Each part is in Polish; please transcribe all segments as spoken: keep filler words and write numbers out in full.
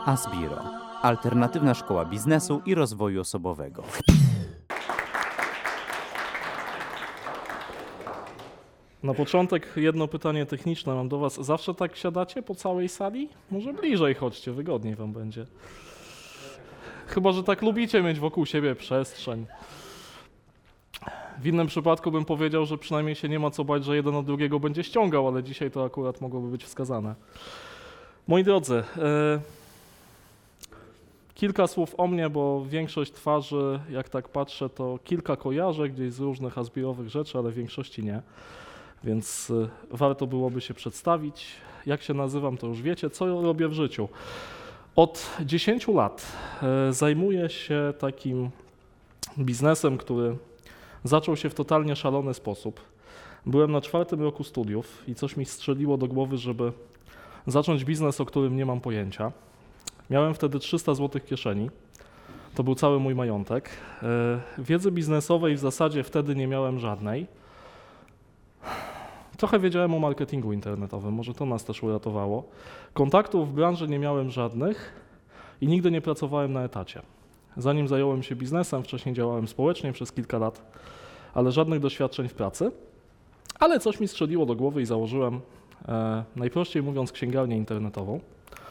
Asbiro, alternatywna szkoła biznesu i rozwoju osobowego. Na początek jedno pytanie techniczne mam do Was. Zawsze tak siadacie po całej sali? Może bliżej chodźcie, wygodniej Wam będzie. Chyba że tak lubicie mieć wokół siebie przestrzeń. W innym przypadku bym powiedział, że przynajmniej się nie ma co bać, że jeden od drugiego będzie ściągał, ale dzisiaj to akurat mogłoby być wskazane. Moi drodzy, e, kilka słów o mnie, bo większość twarzy, jak tak patrzę, to kilka kojarzę gdzieś z różnych asbirowych rzeczy, ale w większości nie. Więc e, warto byłoby się przedstawić. Jak się nazywam, to już wiecie, co robię w życiu. Od dziesięciu lat e, zajmuję się takim biznesem, który zaczął się w totalnie szalony sposób. Byłem na czwartym roku studiów i coś mi strzeliło do głowy, żeby zacząć biznes, o którym nie mam pojęcia. Miałem wtedy trzysta złotych w kieszeni. To był cały mój majątek. Wiedzy biznesowej w zasadzie wtedy nie miałem żadnej. Trochę wiedziałem o marketingu internetowym, może to nas też uratowało. Kontaktów w branży nie miałem żadnych i nigdy nie pracowałem na etacie. Zanim zająłem się biznesem, wcześniej działałem społecznie przez kilka lat, ale żadnych doświadczeń w pracy. Ale coś mi strzeliło do głowy i założyłem, e, najprościej mówiąc, księgarnię internetową.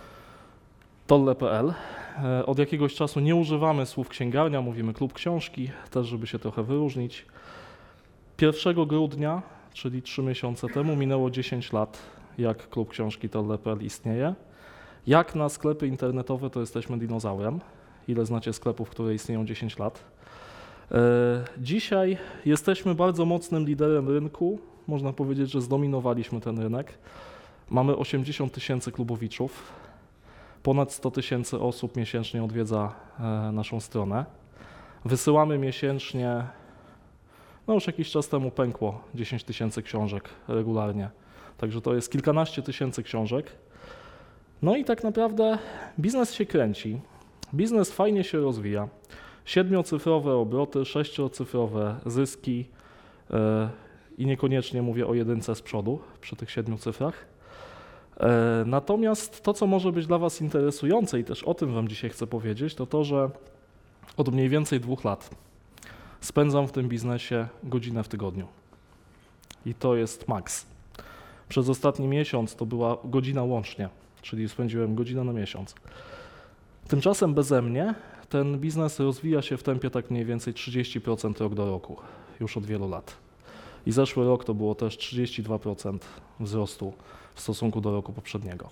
tolle kropka pe el. E, od jakiegoś czasu nie używamy słów księgarnia, mówimy klub książki, też żeby się trochę wyróżnić. pierwszego grudnia, czyli trzy miesiące temu, minęło dziesięć lat, jak klub książki tolle kropka pe el istnieje. Jak na sklepy internetowe, to jesteśmy dinozaurem. Ile znacie sklepów, które istnieją dziesięć lat? E, dzisiaj jesteśmy bardzo mocnym liderem rynku. Można powiedzieć, że zdominowaliśmy ten rynek. Mamy osiemdziesiąt tysięcy klubowiczów. Ponad sto tysięcy osób miesięcznie odwiedza e, naszą stronę. Wysyłamy miesięcznie, no już jakiś czas temu pękło, dziesięć tysięcy książek regularnie. Także to jest kilkanaście tysięcy książek. No i tak naprawdę biznes się kręci. Biznes fajnie się rozwija. Siedmiocyfrowe obroty, sześciocyfrowe zyski yy, i niekoniecznie mówię o jedynce z przodu przy tych siedmiu cyfrach. Yy, natomiast to, co może być dla Was interesujące i też o tym Wam dzisiaj chcę powiedzieć, to to, że od mniej więcej dwóch lat spędzam w tym biznesie godzinę w tygodniu. I to jest maks. Przez ostatni miesiąc to była godzina łącznie, czyli spędziłem godzinę na miesiąc. Tymczasem beze mnie ten biznes rozwija się w tempie tak mniej więcej trzydzieści procent rok do roku, już od wielu lat. I zeszły rok to było też trzydzieści dwa procent wzrostu w stosunku do roku poprzedniego.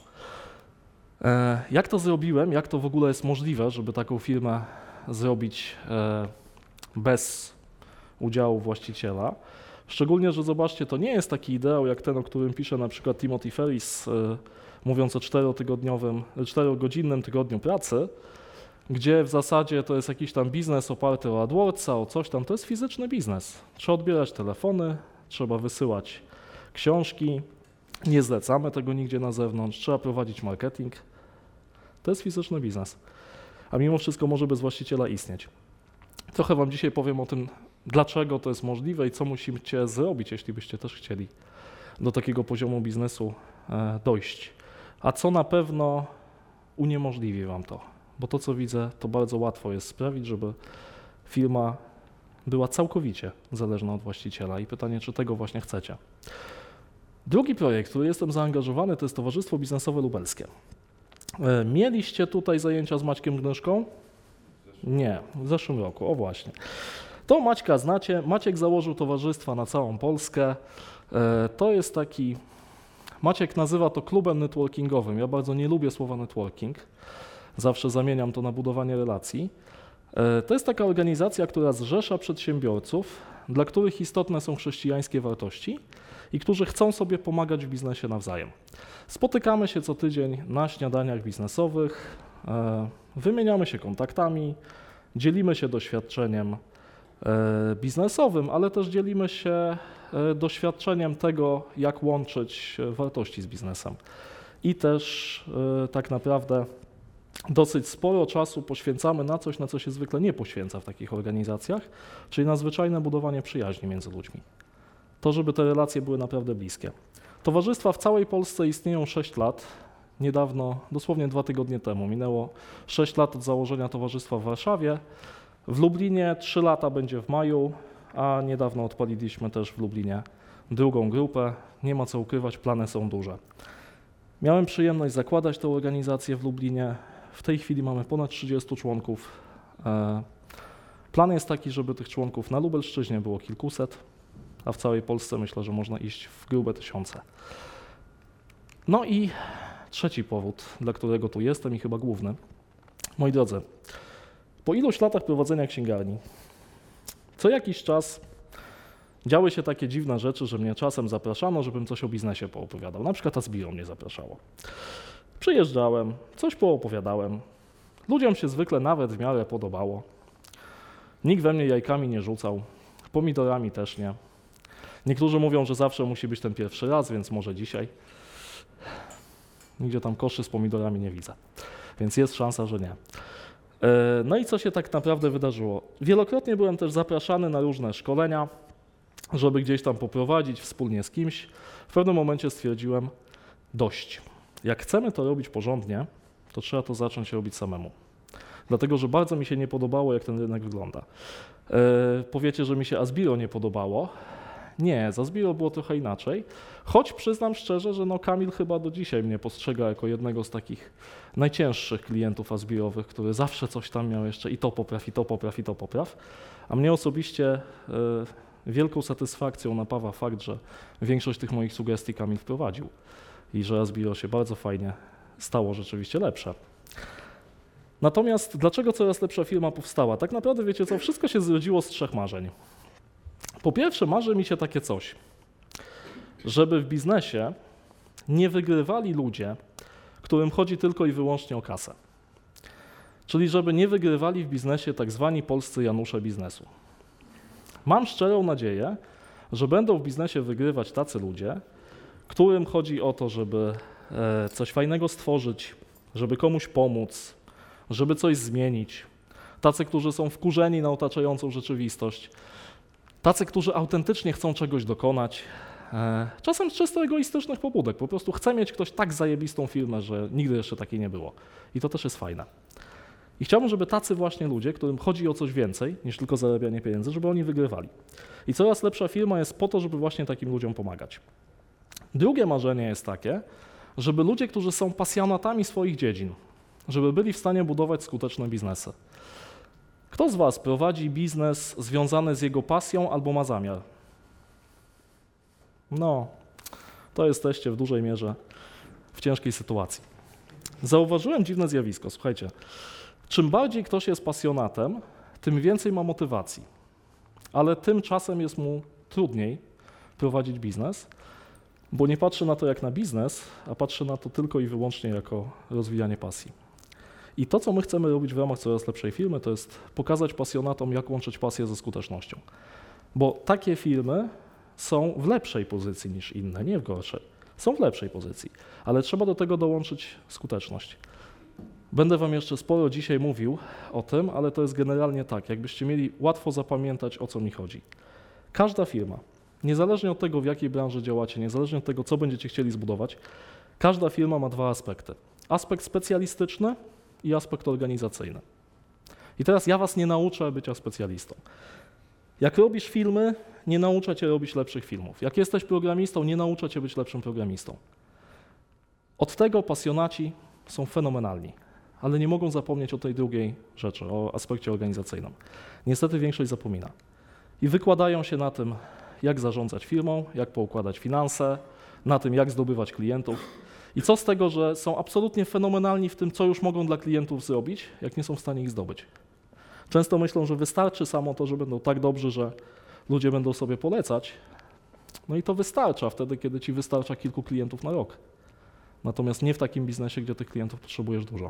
E, jak to zrobiłem? Jak to w ogóle jest możliwe, żeby taką firmę zrobić e, bez udziału właściciela? Szczególnie, że zobaczcie, to nie jest taki ideał jak ten, o którym pisze na przykład Timothy Ferris, e, mówiąc o czterotygodniowym, czterogodzinnym tygodniu pracy, gdzie w zasadzie to jest jakiś tam biznes oparty o AdWordsa, o coś tam, to jest fizyczny biznes. Trzeba odbierać telefony, trzeba wysyłać książki, nie zlecamy tego nigdzie na zewnątrz, trzeba prowadzić marketing. To jest fizyczny biznes, a mimo wszystko może bez właściciela istnieć. Trochę Wam dzisiaj powiem o tym, dlaczego to jest możliwe i co musicie zrobić, jeśli byście też chcieli do takiego poziomu biznesu e, dojść. A co na pewno uniemożliwi Wam to, bo to, co widzę, to bardzo łatwo jest sprawić, żeby firma była całkowicie zależna od właściciela i pytanie, czy tego właśnie chcecie. Drugi projekt, w który jestem zaangażowany, to jest Towarzystwo Biznesowe Lubelskie. Mieliście tutaj zajęcia z Maćkiem Gnyszką? Nie, w zeszłym roku, o właśnie. To Maćka znacie, Maciek założył towarzystwa na całą Polskę. To jest taki... Maciek nazywa to klubem networkingowym. Ja bardzo nie lubię słowa networking. Zawsze zamieniam to na budowanie relacji. To jest taka organizacja, która zrzesza przedsiębiorców, dla których istotne są chrześcijańskie wartości i którzy chcą sobie pomagać w biznesie nawzajem. Spotykamy się co tydzień na śniadaniach biznesowych, wymieniamy się kontaktami, dzielimy się doświadczeniem biznesowym, ale też dzielimy się doświadczeniem tego, jak łączyć wartości z biznesem. I też tak naprawdę dosyć sporo czasu poświęcamy na coś, na co się zwykle nie poświęca w takich organizacjach, czyli na zwyczajne budowanie przyjaźni między ludźmi. To, żeby te relacje były naprawdę bliskie. Towarzystwa w całej Polsce istnieją sześć lat. niedawno, dosłownie dwa tygodnie temu. Minęło sześć lat od założenia towarzystwa w Warszawie. W Lublinie trzy lata będzie w maju, a niedawno odpaliliśmy też w Lublinie drugą grupę. Nie ma co ukrywać, plany są duże. Miałem przyjemność zakładać tę organizację w Lublinie. W tej chwili mamy ponad trzydziestu członków. Plan jest taki, żeby tych członków na Lubelszczyźnie było kilkuset, a w całej Polsce myślę, że można iść w grube tysiące. No i trzeci powód, dla którego tu jestem i chyba główny. Moi drodzy, po iluś latach prowadzenia księgarni, co jakiś czas działy się takie dziwne rzeczy, że mnie czasem zapraszano, żebym coś o biznesie poopowiadał. Na przykład Asbiro mnie zapraszało. Przyjeżdżałem, coś poopowiadałem. Ludziom się zwykle nawet w miarę podobało. Nikt we mnie jajkami nie rzucał, pomidorami też nie. Niektórzy mówią, że zawsze musi być ten pierwszy raz, więc może dzisiaj. Nigdzie tam koszy z pomidorami nie widzę, więc jest szansa, że nie. No i co się tak naprawdę wydarzyło? Wielokrotnie byłem też zapraszany na różne szkolenia, żeby gdzieś tam poprowadzić wspólnie z kimś. W pewnym momencie stwierdziłem, dość. Jak chcemy to robić porządnie, to trzeba to zacząć robić samemu. Dlatego, że bardzo mi się nie podobało, jak ten rynek wygląda. Yy, powiecie, że mi się Asbiro nie podobało. Nie, z Asbiro było trochę inaczej, choć przyznam szczerze, że no Kamil chyba do dzisiaj mnie postrzega jako jednego z takich najcięższych klientów Asbirowych, który zawsze coś tam miał jeszcze i to popraw, i to popraw, i to popraw. A mnie osobiście yy, wielką satysfakcją napawa fakt, że większość tych moich sugestii Kamil wprowadził i że Asbiro się bardzo fajnie stało rzeczywiście lepsze. Natomiast dlaczego coraz lepsza firma powstała? Tak naprawdę wiecie co, wszystko się zrodziło z trzech marzeń. Po pierwsze marzy mi się takie coś, żeby w biznesie nie wygrywali ludzie, którym chodzi tylko i wyłącznie o kasę. Czyli żeby nie wygrywali w biznesie tak zwani polscy Janusze biznesu. Mam szczerą nadzieję, że będą w biznesie wygrywać tacy ludzie, którym chodzi o to, żeby coś fajnego stworzyć, żeby komuś pomóc, żeby coś zmienić. Tacy, którzy są wkurzeni na otaczającą rzeczywistość. Tacy, którzy autentycznie chcą czegoś dokonać. Czasem z czysto egoistycznych pobudek. Po prostu chce mieć ktoś tak zajebistą firmę, że nigdy jeszcze takiej nie było. I to też jest fajne. I chciałbym, żeby tacy właśnie ludzie, którym chodzi o coś więcej niż tylko zarabianie pieniędzy, żeby oni wygrywali. I coraz lepsza firma jest po to, żeby właśnie takim ludziom pomagać. Drugie marzenie jest takie, żeby ludzie, którzy są pasjonatami swoich dziedzin, żeby byli w stanie budować skuteczne biznesy. Kto z Was prowadzi biznes związany z jego pasją albo ma zamiar? No, to jesteście w dużej mierze w ciężkiej sytuacji. Zauważyłem dziwne zjawisko, słuchajcie. Czym bardziej ktoś jest pasjonatem, tym więcej ma motywacji, ale tymczasem jest mu trudniej prowadzić biznes, bo nie patrzy na to jak na biznes, a patrzy na to tylko i wyłącznie jako rozwijanie pasji. I to, co my chcemy robić w ramach coraz lepszej firmy, to jest pokazać pasjonatom, jak łączyć pasję ze skutecznością. Bo takie firmy są w lepszej pozycji niż inne, nie w gorszej. Są w lepszej pozycji, ale trzeba do tego dołączyć skuteczność. Będę Wam jeszcze sporo dzisiaj mówił o tym, ale to jest generalnie tak, jakbyście mieli łatwo zapamiętać, o co mi chodzi. Każda firma, niezależnie od tego, w jakiej branży działacie, niezależnie od tego, co będziecie chcieli zbudować, każda firma ma dwa aspekty. Aspekt specjalistyczny i aspekt organizacyjny. I teraz ja Was nie nauczę bycia specjalistą. Jak robisz filmy, nie nauczę Cię robić lepszych filmów. Jak jesteś programistą, nie nauczę Cię być lepszym programistą. Od tego pasjonaci są fenomenalni, ale nie mogą zapomnieć o tej drugiej rzeczy, o aspekcie organizacyjnym. Niestety większość zapomina. I wykładają się na tym, jak zarządzać firmą, jak poukładać finanse, na tym, jak zdobywać klientów. I co z tego, że są absolutnie fenomenalni w tym, co już mogą dla klientów zrobić, jak nie są w stanie ich zdobyć. Często myślą, że wystarczy samo to, że będą tak dobrzy, że ludzie będą sobie polecać. No i to wystarcza wtedy, kiedy ci wystarcza kilku klientów na rok. Natomiast nie w takim biznesie, gdzie tych klientów potrzebujesz dużo.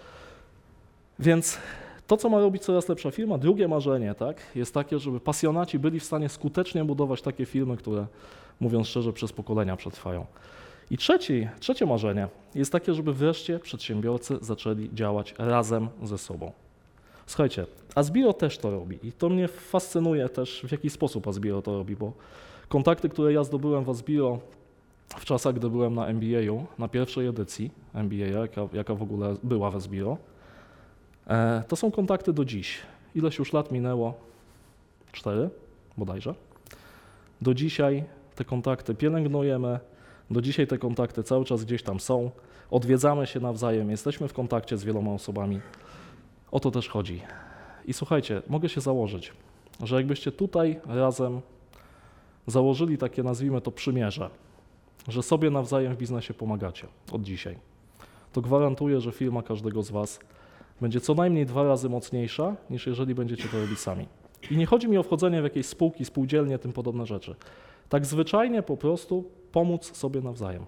Więc to, co ma robić coraz lepsza firma, drugie marzenie, tak, jest takie, żeby pasjonaci byli w stanie skutecznie budować takie firmy, które, mówiąc szczerze, przez pokolenia przetrwają. I trzeci, trzecie marzenie jest takie, żeby wreszcie przedsiębiorcy zaczęli działać razem ze sobą. Słuchajcie, Asbiro też to robi i to mnie fascynuje też, w jaki sposób Asbiro to robi, bo kontakty, które ja zdobyłem w Asbiro w czasach, gdy byłem na M B A u, na pierwszej edycji M B A, jaka, jaka w ogóle była w Sbiro. E, to są kontakty do dziś. Ileś już lat minęło? Cztery bodajże. Do dzisiaj te kontakty pielęgnujemy, do dzisiaj te kontakty cały czas gdzieś tam są, odwiedzamy się nawzajem, jesteśmy w kontakcie z wieloma osobami. O to też chodzi. I słuchajcie, mogę się założyć, że jakbyście tutaj razem założyli takie, nazwijmy to, przymierze, że sobie nawzajem w biznesie pomagacie od dzisiaj, to gwarantuję, że firma każdego z Was będzie co najmniej dwa razy mocniejsza, niż jeżeli będziecie to robić sami. I nie chodzi mi o wchodzenie w jakieś spółki, spółdzielnie, tym podobne rzeczy. Tak zwyczajnie po prostu pomóc sobie nawzajem.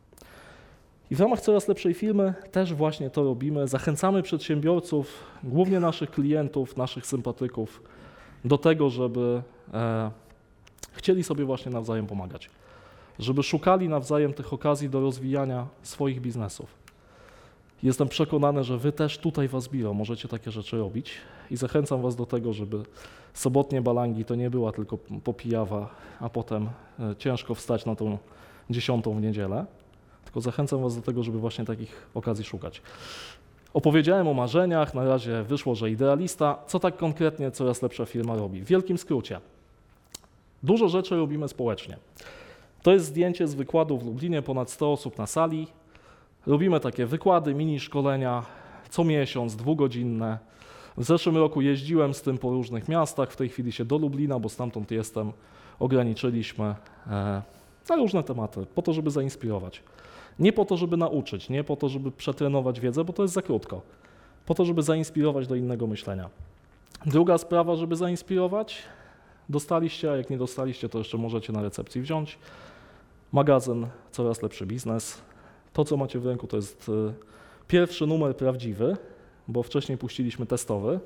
I w ramach coraz lepszej firmy też właśnie to robimy. Zachęcamy przedsiębiorców, głównie naszych klientów, naszych sympatyków, do tego, żeby e, chcieli sobie właśnie nawzajem pomagać. Żeby szukali nawzajem tych okazji do rozwijania swoich biznesów. Jestem przekonany, że Wy też tutaj w Sbiro możecie takie rzeczy robić i zachęcam Was do tego, żeby sobotnie balangi to nie była tylko popijawa, a potem ciężko wstać na tą dziesiątą w niedzielę, tylko zachęcam Was do tego, żeby właśnie takich okazji szukać. Opowiedziałem o marzeniach, na razie wyszło, że idealista. Co tak konkretnie coraz lepsza firma robi? W wielkim skrócie. Dużo rzeczy robimy społecznie. To jest zdjęcie z wykładu w Lublinie, ponad sto osób na sali. Robimy takie wykłady, mini szkolenia co miesiąc, dwugodzinne. W zeszłym roku jeździłem z tym po różnych miastach, w tej chwili się do Lublina, bo stamtąd jestem, ograniczyliśmy na różne tematy, po to, żeby zainspirować. Nie po to, żeby nauczyć, nie po to, żeby przetrenować wiedzę, bo to jest za krótko. Po to, żeby zainspirować do innego myślenia. Druga sprawa, żeby zainspirować, dostaliście, a jak nie dostaliście, to jeszcze możecie na recepcji wziąć. Magazyn Coraz Lepszy Biznes. To, co macie w ręku, to jest pierwszy numer prawdziwy, bo wcześniej puściliśmy testowy.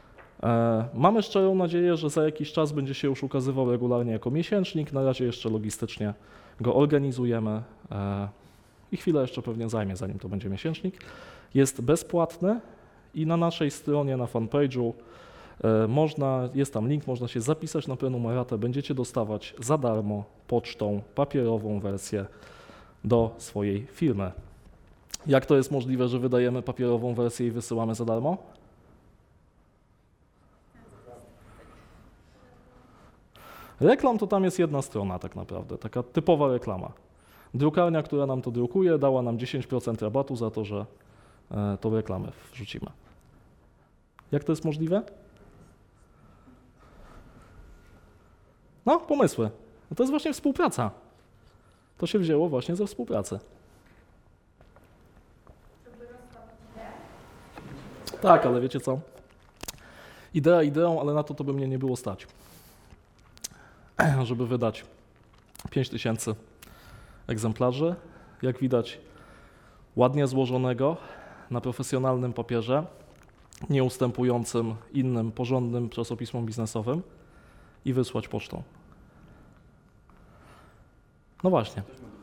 Mamy szczerą nadzieję, że za jakiś czas będzie się już ukazywał regularnie jako miesięcznik. Na razie jeszcze logistycznie go organizujemy i chwilę jeszcze pewnie zajmie, zanim to będzie miesięcznik. Jest bezpłatny i na naszej stronie, na fanpage'u można, jest tam link, można się zapisać na prenumeratę. Będziecie dostawać za darmo pocztą papierową wersję do swojej firmy. Jak to jest możliwe, że wydajemy papierową wersję i wysyłamy za darmo? Reklam to tam jest jedna strona tak naprawdę, taka typowa reklama. Drukarnia, która nam to drukuje, dała nam dziesięć procent rabatu za to, że e, tą reklamę wrzucimy. Jak to jest możliwe? No, pomysły. No to jest właśnie współpraca. To się wzięło właśnie ze współpracy. Tak, ale wiecie co? Idea ideą, ale na to to by mnie nie było stać. Żeby wydać pięć tysięcy egzemplarzy, jak widać ładnie złożonego, na profesjonalnym papierze, nie ustępującym innym porządnym czasopismom biznesowym i wysłać pocztą. No właśnie.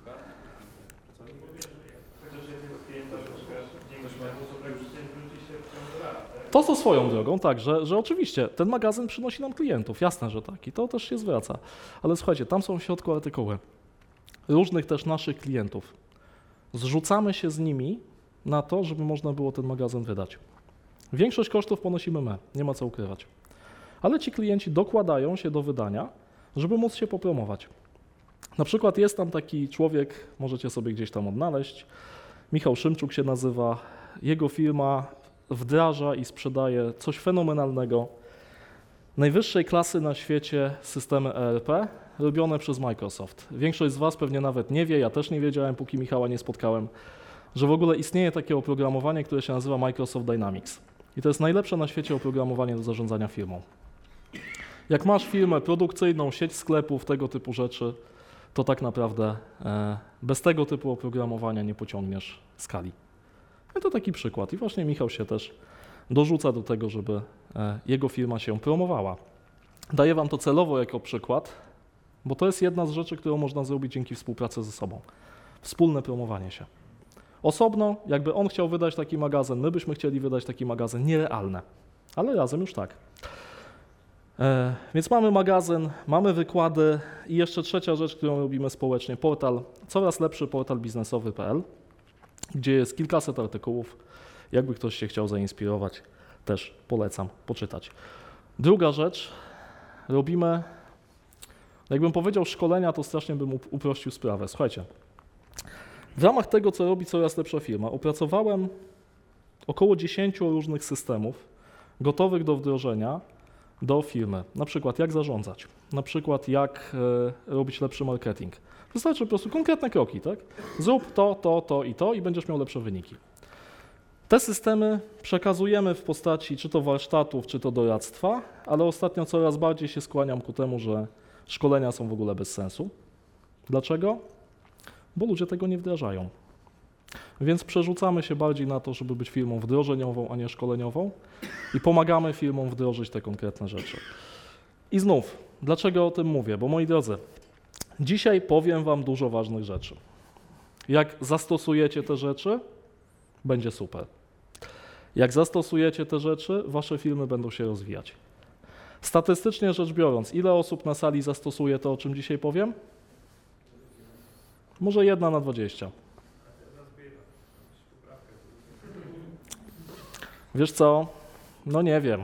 To co swoją drogą, tak, że, że oczywiście ten magazyn przynosi nam klientów, jasne, że tak i to też się zwraca. Ale słuchajcie, tam są w środku artykuły różnych też naszych klientów. Zrzucamy się z nimi na to, żeby można było ten magazyn wydać. Większość kosztów ponosimy my, nie ma co ukrywać. Ale ci klienci dokładają się do wydania, żeby móc się popromować. Na przykład jest tam taki człowiek, możecie sobie gdzieś tam odnaleźć, Michał Szymczuk się nazywa, jego firma wdraża i sprzedaje coś fenomenalnego, najwyższej klasy na świecie systemy E R P robione przez Microsoft. Większość z Was pewnie nawet nie wie, ja też nie wiedziałem, póki Michała nie spotkałem, że w ogóle istnieje takie oprogramowanie, które się nazywa Microsoft Dynamics. I to jest najlepsze na świecie oprogramowanie do zarządzania firmą. Jak masz firmę produkcyjną, sieć sklepów, tego typu rzeczy, to tak naprawdę e, bez tego typu oprogramowania nie pociągniesz skali. No to taki przykład. I właśnie Michał się też dorzuca do tego, żeby e, jego firma się promowała. Daję Wam to celowo jako przykład, bo to jest jedna z rzeczy, którą można zrobić dzięki współpracy ze sobą. Wspólne promowanie się. Osobno, jakby on chciał wydać taki magazyn, my byśmy chcieli wydać taki magazyn, nierealne, ale razem już tak. E, więc mamy magazyn, mamy wykłady i jeszcze trzecia rzecz, którą robimy społecznie, portal, coraz lepszy portal biznesowy kropka p l, gdzie jest kilkaset artykułów. Jakby ktoś się chciał zainspirować, też polecam poczytać. Druga rzecz, robimy, jakbym powiedział szkolenia, to strasznie bym uprościł sprawę. Słuchajcie, w ramach tego, co robi coraz lepsza firma, opracowałem około dziesięciu różnych systemów gotowych do wdrożenia do firmy. Na przykład jak zarządzać, na przykład jak e, robić lepszy marketing. Wystarczy po prostu konkretne kroki, tak? Zrób to, to, to i to i będziesz miał lepsze wyniki. Te systemy przekazujemy w postaci czy to warsztatów, czy to doradztwa, ale ostatnio coraz bardziej się skłaniam ku temu, że szkolenia są w ogóle bez sensu. Dlaczego? Bo ludzie tego nie wdrażają. Więc przerzucamy się bardziej na to, żeby być firmą wdrożeniową, a nie szkoleniową i pomagamy firmom wdrożyć te konkretne rzeczy. I znów, dlaczego o tym mówię? Bo moi drodzy, dzisiaj powiem wam dużo ważnych rzeczy. Jak zastosujecie te rzeczy, będzie super. Jak zastosujecie te rzeczy, wasze firmy będą się rozwijać. Statystycznie rzecz biorąc, ile osób na sali zastosuje to, o czym dzisiaj powiem? Może jedna na dwadzieścia. Wiesz co? No nie wiem.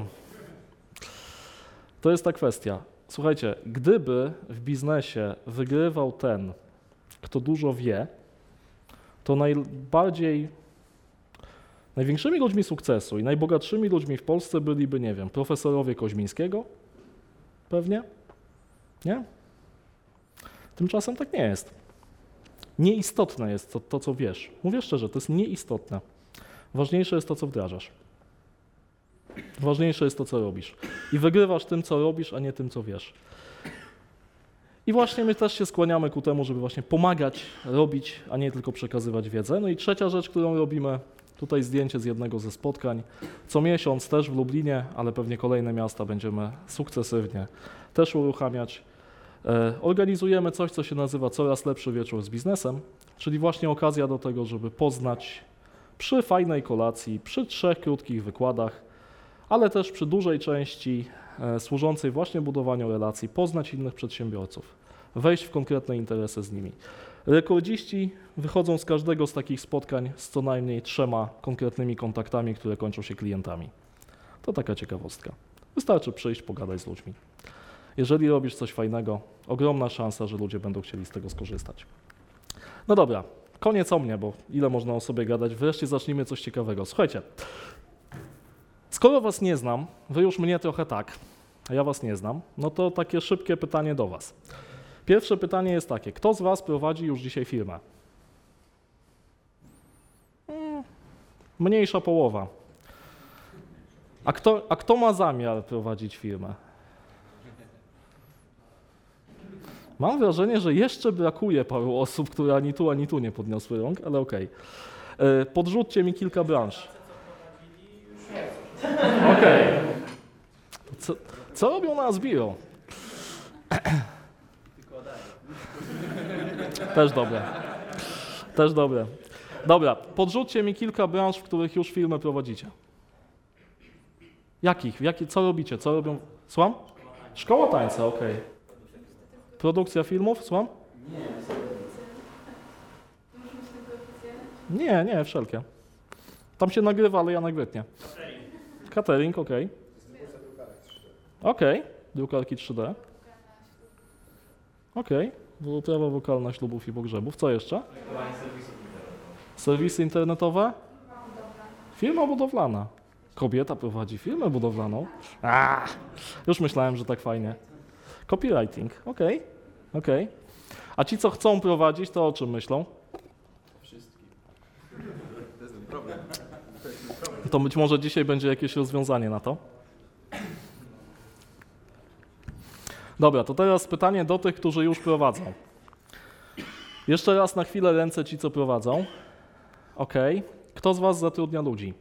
To jest ta kwestia. Słuchajcie, gdyby w biznesie wygrywał ten, kto dużo wie, to najbardziej, największymi ludźmi sukcesu i najbogatszymi ludźmi w Polsce byliby, nie wiem, profesorowie Koźmińskiego? Pewnie? Nie? Tymczasem tak nie jest. Nieistotne jest to, to, co wiesz. Mówię szczerze, to jest nieistotne. Ważniejsze jest to, co wdrażasz. Ważniejsze jest to, co robisz. I wygrywasz tym, co robisz, a nie tym, co wiesz. I właśnie my też się skłaniamy ku temu, żeby właśnie pomagać, robić, a nie tylko przekazywać wiedzę. No i trzecia rzecz, którą robimy, tutaj zdjęcie z jednego ze spotkań. Co miesiąc też w Lublinie, ale pewnie kolejne miasta będziemy sukcesywnie też uruchamiać. Organizujemy coś, co się nazywa Coraz lepszy wieczór z biznesem, czyli właśnie okazja do tego, żeby poznać przy fajnej kolacji, przy trzech krótkich wykładach, ale też przy dużej części e, służącej właśnie budowaniu relacji, poznać innych przedsiębiorców, wejść w konkretne interesy z nimi. Rekordziści wychodzą z każdego z takich spotkań z co najmniej trzema konkretnymi kontaktami, które kończą się klientami. To taka ciekawostka. Wystarczy przyjść, pogadać z ludźmi. Jeżeli robisz coś fajnego, ogromna szansa, że ludzie będą chcieli z tego skorzystać. No dobra, koniec o mnie, bo ile można o sobie gadać. Wreszcie zacznijmy coś ciekawego. Słuchajcie, skoro was nie znam, wy już mnie trochę tak, a ja was nie znam, no to takie szybkie pytanie do was. Pierwsze pytanie jest takie, kto z was prowadzi już dzisiaj firmę? Hmm, mniejsza połowa. A kto, a kto ma zamiar prowadzić firmę? Mam wrażenie, że jeszcze brakuje paru osób, które ani tu, ani tu nie podniosły rąk, ale okej. Okay. Podrzućcie mi kilka branż. Okej. Okay. Co, co robią na Asbiro? Też dobre. Też dobre. Dobra, podrzućcie mi kilka branż, w których już firmę prowadzicie. Jakich? Jakie, co robicie? Co robią? Słucham? Szkoła tańca, okej. Okay. Produkcja filmów, słucham? Nie, nie, wszelkie. Tam się nagrywa, ale ja nagrytnie. Catering, okej. Okej, drukarki trzy D. Okej, uprawa wokalna ślubów i pogrzebów. Co jeszcze? Serwisy internetowe? Firma budowlana. Kobieta prowadzi firmę budowlaną. A, już myślałem, że tak fajnie. Copywriting, okej, okay. okej. Okay. A ci, co chcą prowadzić, to o czym myślą? Wszystkim. To jest ten problem. To być może dzisiaj będzie jakieś rozwiązanie na to. Dobra, to teraz pytanie do tych, którzy już prowadzą. Jeszcze raz na chwilę ręce ci, co prowadzą. Okej. Okay. Kto z was zatrudnia ludzi?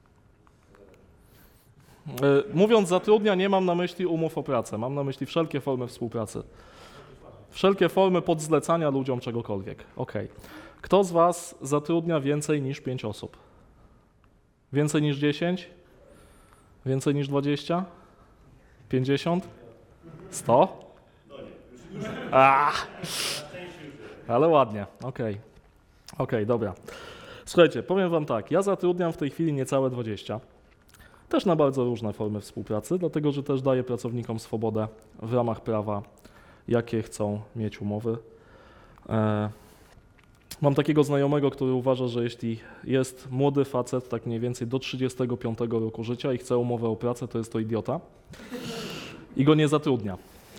Mówiąc zatrudnia, nie mam na myśli umów o pracę, mam na myśli wszelkie formy współpracy. Wszelkie formy podzlecania ludziom czegokolwiek. Ok. Kto z was zatrudnia więcej niż pięć osób? Więcej niż dziesięć? Więcej niż dwadzieścia? pięćdziesiąt? sto? A, ale ładnie, okej. Okay. Okej, okay, dobra. Słuchajcie, powiem wam tak, ja zatrudniam w tej chwili niecałe dwadzieścia. Też na bardzo różne formy współpracy, dlatego że też daję pracownikom swobodę w ramach prawa, jakie chcą mieć umowy. E, mam takiego znajomego, który uważa, że jeśli jest młody facet, tak mniej więcej do trzydziestego piątego roku życia i chce umowę o pracę, to jest to idiota i go nie zatrudnia.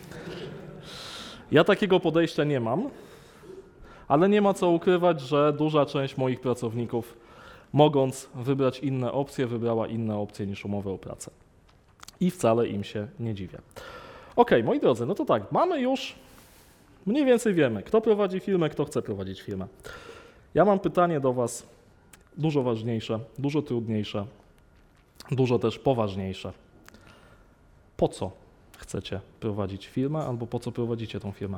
Ja takiego podejścia nie mam, ale nie ma co ukrywać, że duża część moich pracowników, mogąc wybrać inne opcje, wybrała inne opcje niż umowę o pracę. I wcale im się nie dziwię. Ok, moi drodzy, no to tak, mamy już, mniej więcej wiemy, kto prowadzi firmę, kto chce prowadzić firmę. Ja mam pytanie do was dużo ważniejsze, dużo trudniejsze, dużo też poważniejsze. Po co chcecie prowadzić firmę albo po co prowadzicie tą firmę?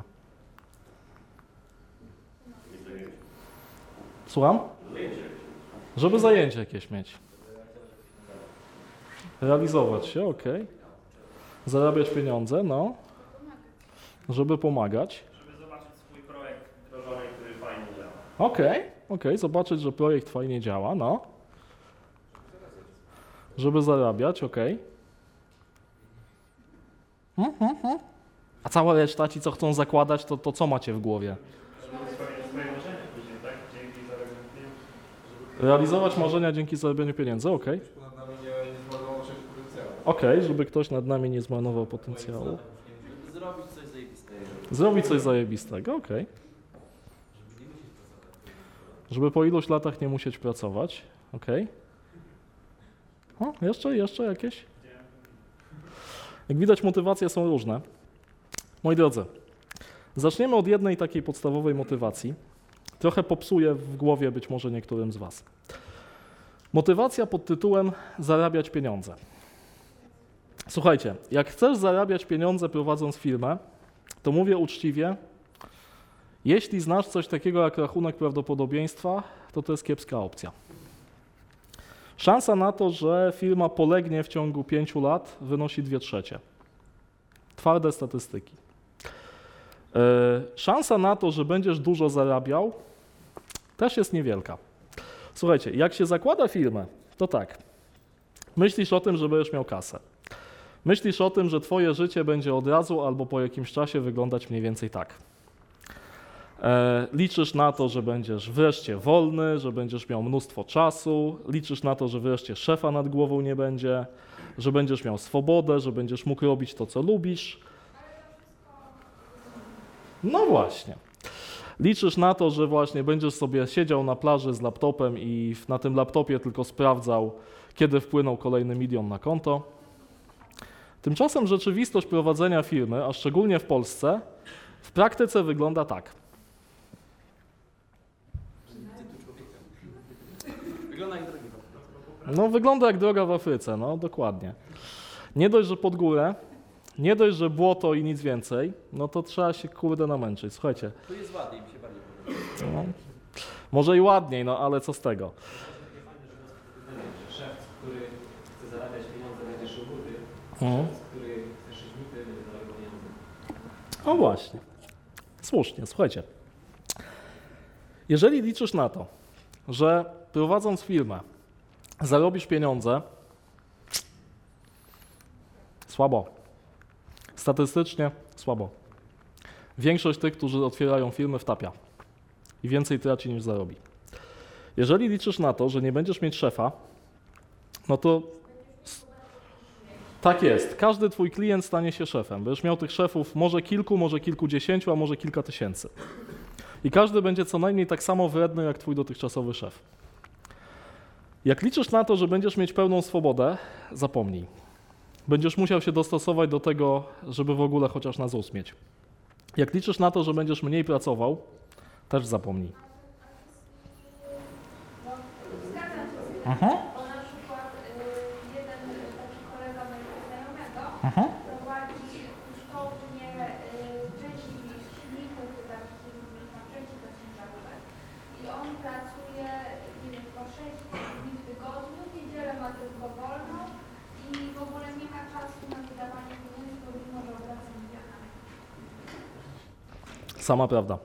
Słucham? Żeby zajęcie jakieś mieć. Realizować się, ok. Zarabiać pieniądze, no. Żeby pomagać. Żeby zobaczyć swój projekt wdrożony, który fajnie działa. Ok, ok, zobaczyć, że projekt fajnie działa, no. Żeby zarabiać, ok. Hmm, hmm, hmm. A cała reszta, ci co chcą zakładać, to, to co macie w głowie? Swoje, swoje marzenia później, tak? Dzięki zarabianiu pieniędzy. Realizować marzenia dzięki zarabianiu pieniędzy, ok. Ponad nami nie, nie zmarnował część potencjału. Ok, żeby ktoś nad nami nie zmarnował potencjału. Zrobić coś zajebistego. Zrobić coś zajebistego, ok. Żeby po iluś latach nie musieć pracować, ok. O, jeszcze, jeszcze jakieś? Jak widać, motywacje są różne. Moi drodzy, zaczniemy od jednej takiej podstawowej motywacji. Trochę popsuję w głowie być może niektórym z was. Motywacja pod tytułem zarabiać pieniądze. Słuchajcie, jak chcesz zarabiać pieniądze prowadząc firmę, to mówię uczciwie, jeśli znasz coś takiego jak rachunek prawdopodobieństwa, to to jest kiepska opcja. Szansa na to, że firma polegnie w ciągu pięciu lat, wynosi dwie trzecie. Twarde statystyki. Yy, szansa na to, że będziesz dużo zarabiał, też jest niewielka. Słuchajcie, jak się zakłada firmę, to tak, myślisz o tym, że będziesz miał kasę. Myślisz o tym, że twoje życie będzie od razu albo po jakimś czasie wyglądać mniej więcej tak. E, liczysz na to, że będziesz wreszcie wolny, że będziesz miał mnóstwo czasu, liczysz na to, że wreszcie szefa nad głową nie będzie, że będziesz miał swobodę, że będziesz mógł robić to, co lubisz. No właśnie. Liczysz na to, że właśnie będziesz sobie siedział na plaży z laptopem i na tym laptopie tylko sprawdzał, kiedy wpłynął kolejny milion na konto. Tymczasem rzeczywistość prowadzenia firmy, a szczególnie w Polsce, w praktyce wygląda tak. Wygląda jak drogi. No wygląda jak droga w Afryce, no dokładnie. Nie dość, że pod górę, nie dość, że błoto i nic więcej, no to trzeba się kurde namęczyć. Słuchajcie. Tu jest ładniej, mi się bardziej podoba. No, może i ładniej, no ale co z tego? Szef, który chce zarabiać pieniądze, będzie szył buty, Mhm. szef, który chce szyć buty, będzie zarabiał pieniądze. O właśnie. Słusznie, słuchajcie. Jeżeli liczysz na to, że prowadząc firmę zarobisz pieniądze, słabo. Statystycznie słabo. Większość tych, którzy otwierają firmy, wtapia i więcej traci niż zarobi. Jeżeli liczysz na to, że nie będziesz mieć szefa, no to tak jest. Każdy twój klient stanie się szefem. Będziesz miał tych szefów może kilku, może kilkudziesięciu, a może kilka tysięcy. I każdy będzie co najmniej tak samo wredny jak twój dotychczasowy szef. Jak liczysz na to, że będziesz mieć pełną swobodę, zapomnij. Będziesz musiał się dostosować do tego, żeby w ogóle chociaż na ZUS mieć. Jak liczysz na to, że będziesz mniej pracował, też zapomnij. Zgadzam się z tym, Mhm. bo na przykład y, jeden taki kolega mojego znajomego Mhm. prowadzi kosztownię y, części silników, takich na części do ciężarówek i on pracuje, nie wiem, po sześć dni w tygodniu, w niedzielę ma tylko wolną i w ogóle nie ma czasu na wydawanie pieniędzy, bo mimo, że obraca Sama prawda.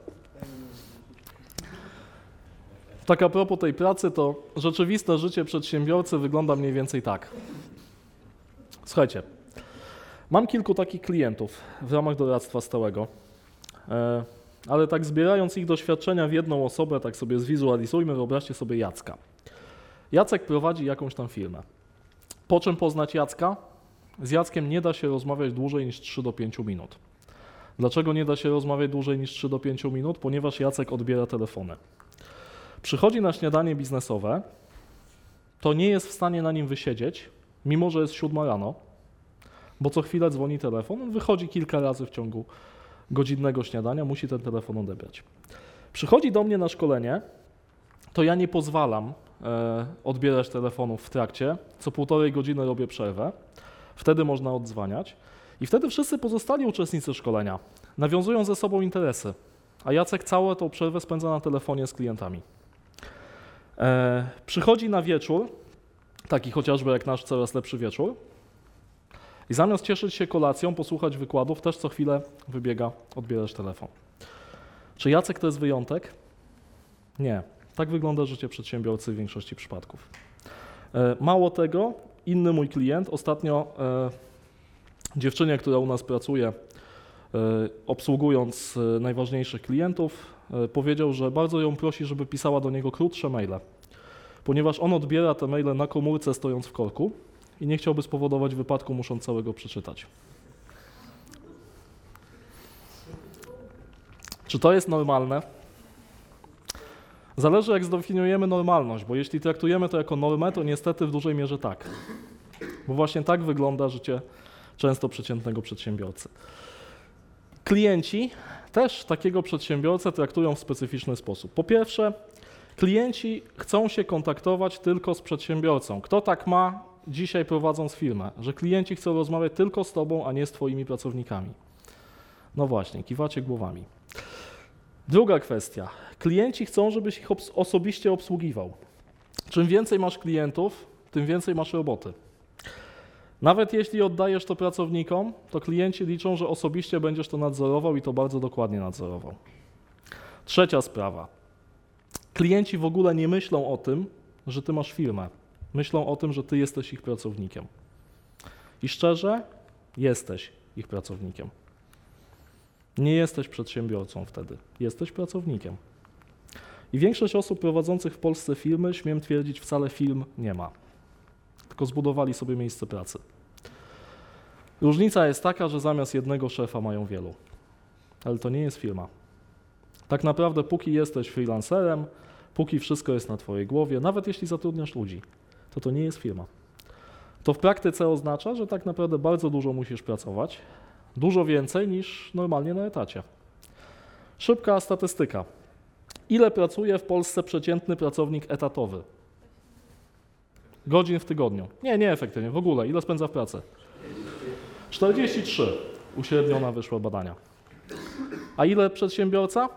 Tak a propos tej pracy, to rzeczywiste życie przedsiębiorcy wygląda mniej więcej tak. Słuchajcie, mam kilku takich klientów w ramach doradztwa stałego, e, ale tak zbierając ich doświadczenia w jedną osobę, tak sobie zwizualizujmy, wyobraźcie sobie Jacka. Jacek prowadzi jakąś tam firmę. Po czym poznać Jacka? Z Jackiem nie da się rozmawiać dłużej niż trzy do pięciu minut. Dlaczego nie da się rozmawiać dłużej niż trzy do pięciu minut? Ponieważ Jacek odbiera telefony. Przychodzi na śniadanie biznesowe, to nie jest w stanie na nim wysiedzieć, mimo że jest siódma rano, bo co chwilę dzwoni telefon, on wychodzi kilka razy w ciągu godzinnego śniadania, musi ten telefon odebrać. Przychodzi do mnie na szkolenie, to ja nie pozwalam e, odbierać telefonów w trakcie, co półtorej godziny robię przerwę, wtedy można oddzwaniać i wtedy wszyscy pozostali uczestnicy szkolenia nawiązują ze sobą interesy, a Jacek całą tą przerwę spędza na telefonie z klientami. E, przychodzi na wieczór, taki chociażby jak nasz Coraz Lepszy Wieczór, i zamiast cieszyć się kolacją, posłuchać wykładów, też co chwilę wybiega odbierać telefon. Czy Jacek to jest wyjątek? Nie. Tak wygląda życie przedsiębiorcy w większości przypadków. E, mało tego, inny mój klient, ostatnio e, dziewczynie, która u nas pracuje, e, obsługując e, najważniejszych klientów, e, powiedział, że bardzo ją prosi, żeby pisała do niego krótsze maile, ponieważ on odbiera te maile na komórce stojąc w korku i nie chciałby spowodować wypadku, musząc całego przeczytać. Czy to jest normalne? Zależy, jak zdefiniujemy normalność, bo jeśli traktujemy to jako normę, to niestety w dużej mierze tak. Bo właśnie tak wygląda życie często przeciętnego przedsiębiorcy. Klienci też takiego przedsiębiorcę traktują w specyficzny sposób. Po pierwsze, klienci chcą się kontaktować tylko z przedsiębiorcą. Kto tak ma dzisiaj prowadząc firmę, że klienci chcą rozmawiać tylko z tobą, a nie z twoimi pracownikami? No właśnie, kiwacie głowami. Druga kwestia. Klienci chcą, żebyś ich obs- osobiście obsługiwał. Czym więcej masz klientów, tym więcej masz roboty. Nawet jeśli oddajesz to pracownikom, to klienci liczą, że osobiście będziesz to nadzorował i to bardzo dokładnie nadzorował. Trzecia sprawa. Klienci w ogóle nie myślą o tym, że ty masz firmę. Myślą o tym, że ty jesteś ich pracownikiem. I szczerze, jesteś ich pracownikiem. Nie jesteś przedsiębiorcą wtedy, jesteś pracownikiem. I większość osób prowadzących w Polsce firmy, śmiem twierdzić, wcale firm nie ma. Tylko zbudowali sobie miejsce pracy. Różnica jest taka, że zamiast jednego szefa mają wielu. Ale to nie jest firma. Tak naprawdę póki jesteś freelancerem, póki wszystko jest na twojej głowie, nawet jeśli zatrudniasz ludzi, to to nie jest firma. To w praktyce oznacza, że tak naprawdę bardzo dużo musisz pracować, dużo więcej niż normalnie na etacie. Szybka statystyka. Ile pracuje w Polsce przeciętny pracownik etatowy? Godzin w tygodniu. Nie, nie efektywnie, w ogóle. Ile spędza w pracy? czterdzieści trzy. Uśredniona wyszła badania. A ile przedsiębiorca?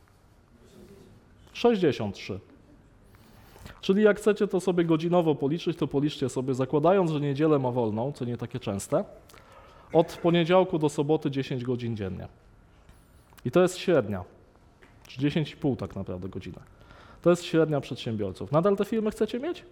sześćdziesiąt trzy. Czyli jak chcecie to sobie godzinowo policzyć, to policzcie sobie, zakładając, że niedzielę ma wolną, co nie takie częste, od poniedziałku do soboty dziesięć godzin dziennie. I to jest średnia. Czy dziesięć i pół tak naprawdę godziny. To jest średnia przedsiębiorców. Nadal te firmy chcecie mieć?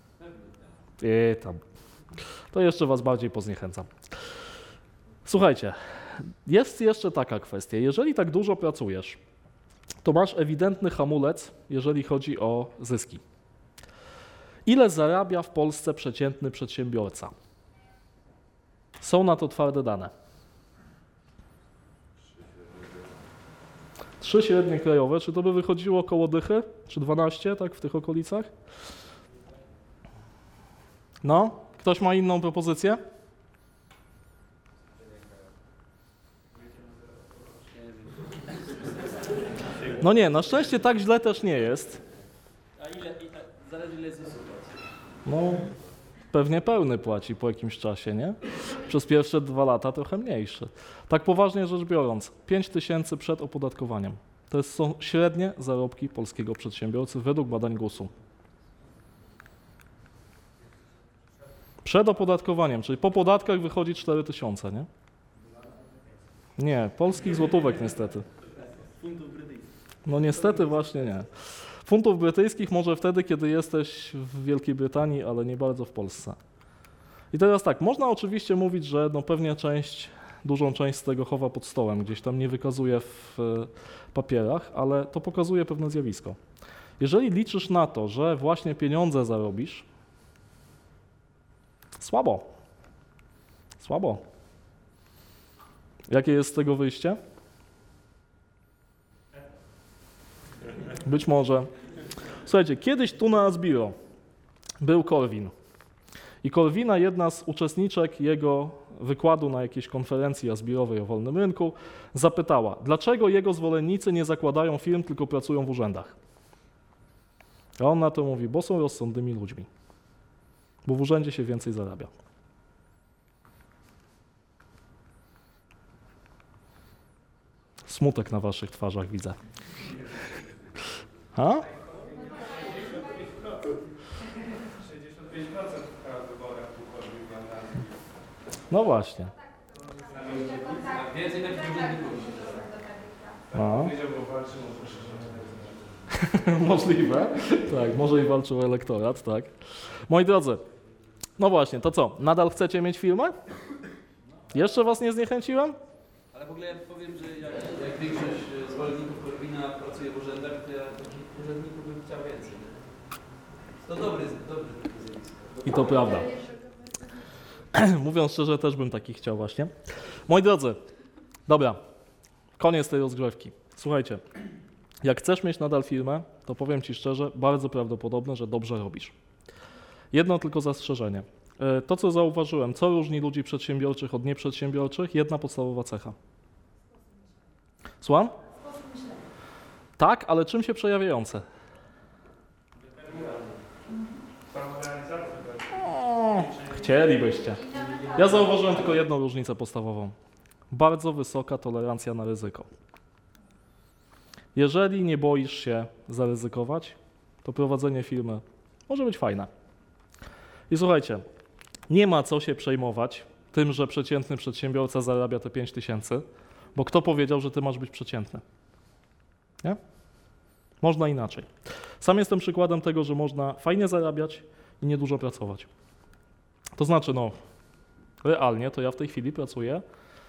I tam. To jeszcze was bardziej pozniechęcam. Słuchajcie, jest jeszcze taka kwestia. Jeżeli tak dużo pracujesz, to masz ewidentny hamulec, jeżeli chodzi o zyski. Ile zarabia w Polsce przeciętny przedsiębiorca? Są na to twarde dane. Trzy średnie krajowe, czy to by wychodziło koło dychy? Czy dwanaście, tak w tych okolicach? No, ktoś ma inną propozycję? No nie, na szczęście tak źle też nie jest. A ile, i, a, zależy ile zysku płaci. No, pewnie pełny płaci po jakimś czasie, nie? Przez pierwsze dwa lata trochę mniejszy. Tak poważnie rzecz biorąc, pięć tysięcy przed opodatkowaniem. To jest, są średnie zarobki polskiego przedsiębiorcy według badań gusu. Przed opodatkowaniem, czyli po podatkach wychodzi cztery tysiące, nie? Nie, polskich złotówek niestety. Funtów brytyjskich. No niestety właśnie nie. Funtów brytyjskich może wtedy, kiedy jesteś w Wielkiej Brytanii, ale nie bardzo w Polsce. I teraz tak, można oczywiście mówić, że no pewnie część, dużą część z tego chowa pod stołem, gdzieś tam nie wykazuje w e, papierach, ale to pokazuje pewne zjawisko. Jeżeli liczysz na to, że właśnie pieniądze zarobisz, słabo. Słabo. Jakie jest z tego wyjście? Być może. Słuchajcie, kiedyś tu na Asbiro był Korwin. I Korwina, jedna z uczestniczek jego wykładu na jakiejś konferencji Asbirowej o wolnym rynku, zapytała, dlaczego jego zwolennicy nie zakładają firm, tylko pracują w urzędach. A on na to mówi, bo są rozsądnymi ludźmi. Bo w urzędzie się więcej zarabia. Smutek na waszych twarzach widzę. Ha? sześćdziesiąt pięć procent w wyborach pukowych mandatów. No właśnie. Więcej takich urzędników mi się zdarza. No. Powiedział, bo walczy o poszerzenie. Możliwe. Tak, może i walczył o elektorat, tak. Moi drodzy, no właśnie, to co? Nadal chcecie mieć firmę? Jeszcze was nie zniechęciłem? Ale w ogóle ja powiem, że jak, jak większość e, zwolenników Korwina pracuje w urzędach, to ja takich urzędników bym chciał więcej. To dobry, dobry taki zjawisko. I to prawda. Mówiąc szczerze, też bym taki chciał właśnie. Moi drodzy, dobra, koniec tej rozgrzewki. Słuchajcie, jak chcesz mieć nadal firmę, to powiem ci szczerze, bardzo prawdopodobne, że dobrze robisz. Jedno tylko zastrzeżenie. E, To, co zauważyłem, co różni ludzi przedsiębiorczych od nieprzedsiębiorczych, jedna podstawowa cecha. Słucham? Tak, ale czym się przejawiające? Samorealizacja, tak? O, chcielibyście. Ja zauważyłem tylko jedną różnicę podstawową. Bardzo wysoka tolerancja na ryzyko. Jeżeli nie boisz się zaryzykować, to prowadzenie firmy może być fajne. I słuchajcie, nie ma co się przejmować tym, że przeciętny przedsiębiorca zarabia te pięć tysięcy, bo kto powiedział, że ty masz być przeciętny? Nie? Można inaczej. Sam jestem przykładem tego, że można fajnie zarabiać i niedużo pracować. To znaczy, no, realnie to ja w tej chwili pracuję,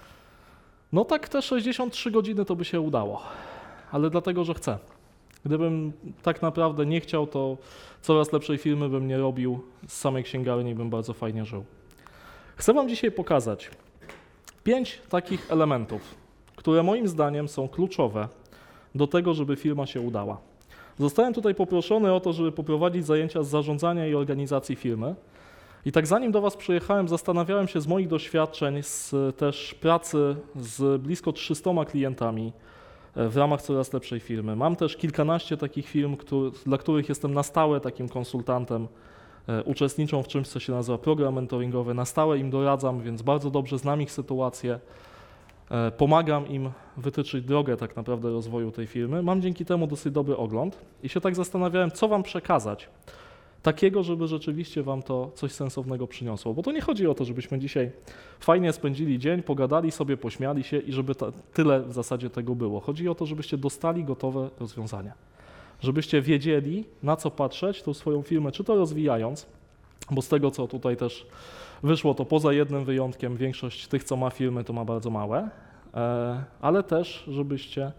no tak te sześćdziesiąt trzy godziny to by się udało, ale dlatego, że chcę. Gdybym tak naprawdę nie chciał, to coraz lepszej firmy bym nie robił, z samej księgarni bym bardzo fajnie żył. Chcę wam dzisiaj pokazać pięć takich elementów, które moim zdaniem są kluczowe do tego, żeby firma się udała. Zostałem tutaj poproszony o to, żeby poprowadzić zajęcia z zarządzania i organizacji firmy. I tak zanim do was przyjechałem, zastanawiałem się z moich doświadczeń, z też pracy z blisko trzystoma klientami w ramach coraz lepszej firmy. Mam też kilkanaście takich firm, który, dla których jestem na stałe takim konsultantem. E, uczestniczą w czymś, co się nazywa program mentoringowy. Na stałe im doradzam, więc bardzo dobrze znam ich sytuację. E, pomagam im wytyczyć drogę tak naprawdę rozwoju tej firmy. Mam dzięki temu dosyć dobry ogląd i się tak zastanawiałem, co wam przekazać takiego, żeby rzeczywiście wam to coś sensownego przyniosło. Bo to nie chodzi o to, żebyśmy dzisiaj fajnie spędzili dzień, pogadali sobie, pośmiali się i żeby ta, tyle w zasadzie tego było. Chodzi o to, żebyście dostali gotowe rozwiązania. Żebyście wiedzieli, na co patrzeć, tą swoją firmę, czy to rozwijając, bo z tego, co tutaj też wyszło, to poza jednym wyjątkiem większość tych, co ma firmy, to ma bardzo małe, e, ale też, żebyście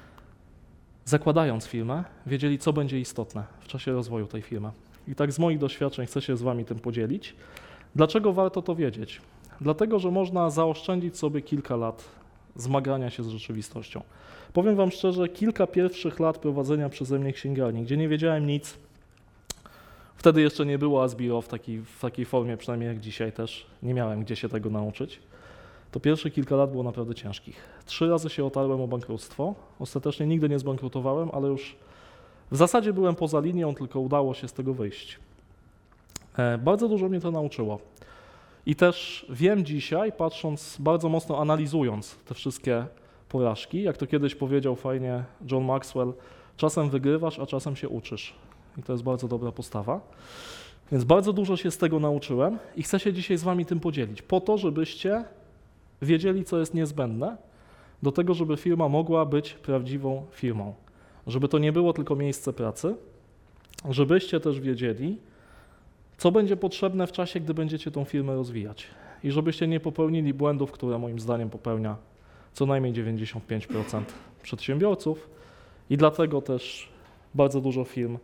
zakładając firmę, wiedzieli, co będzie istotne w czasie rozwoju tej firmy. I tak z moich doświadczeń chcę się z wami tym podzielić. Dlaczego warto to wiedzieć? Dlatego, że można zaoszczędzić sobie kilka lat zmagania się z rzeczywistością. Powiem wam szczerze, kilka pierwszych lat prowadzenia przeze mnie księgarni, gdzie nie wiedziałem nic, wtedy jeszcze nie było Asbiro w takiej, w takiej formie, przynajmniej jak dzisiaj też, nie miałem gdzie się tego nauczyć, to pierwsze kilka lat było naprawdę ciężkich. Trzy razy się otarłem o bankructwo, ostatecznie nigdy nie zbankrutowałem, ale już w zasadzie byłem poza linią, tylko udało się z tego wyjść. E, bardzo dużo mnie to nauczyło. I też wiem dzisiaj, patrząc, bardzo mocno analizując te wszystkie porażki, jak to kiedyś powiedział fajnie John Maxwell, czasem wygrywasz, a czasem się uczysz. I to jest bardzo dobra postawa. Więc bardzo dużo się z tego nauczyłem i chcę się dzisiaj z wami tym podzielić, po to, żebyście wiedzieli, co jest niezbędne, do tego, żeby firma mogła być prawdziwą firmą. Żeby to nie było tylko miejsce pracy, żebyście też wiedzieli, co będzie potrzebne w czasie, gdy będziecie tą firmę rozwijać. I żebyście nie popełnili błędów, które moim zdaniem popełnia co najmniej dziewięćdziesiąt pięć procent przedsiębiorców i dlatego też bardzo dużo firm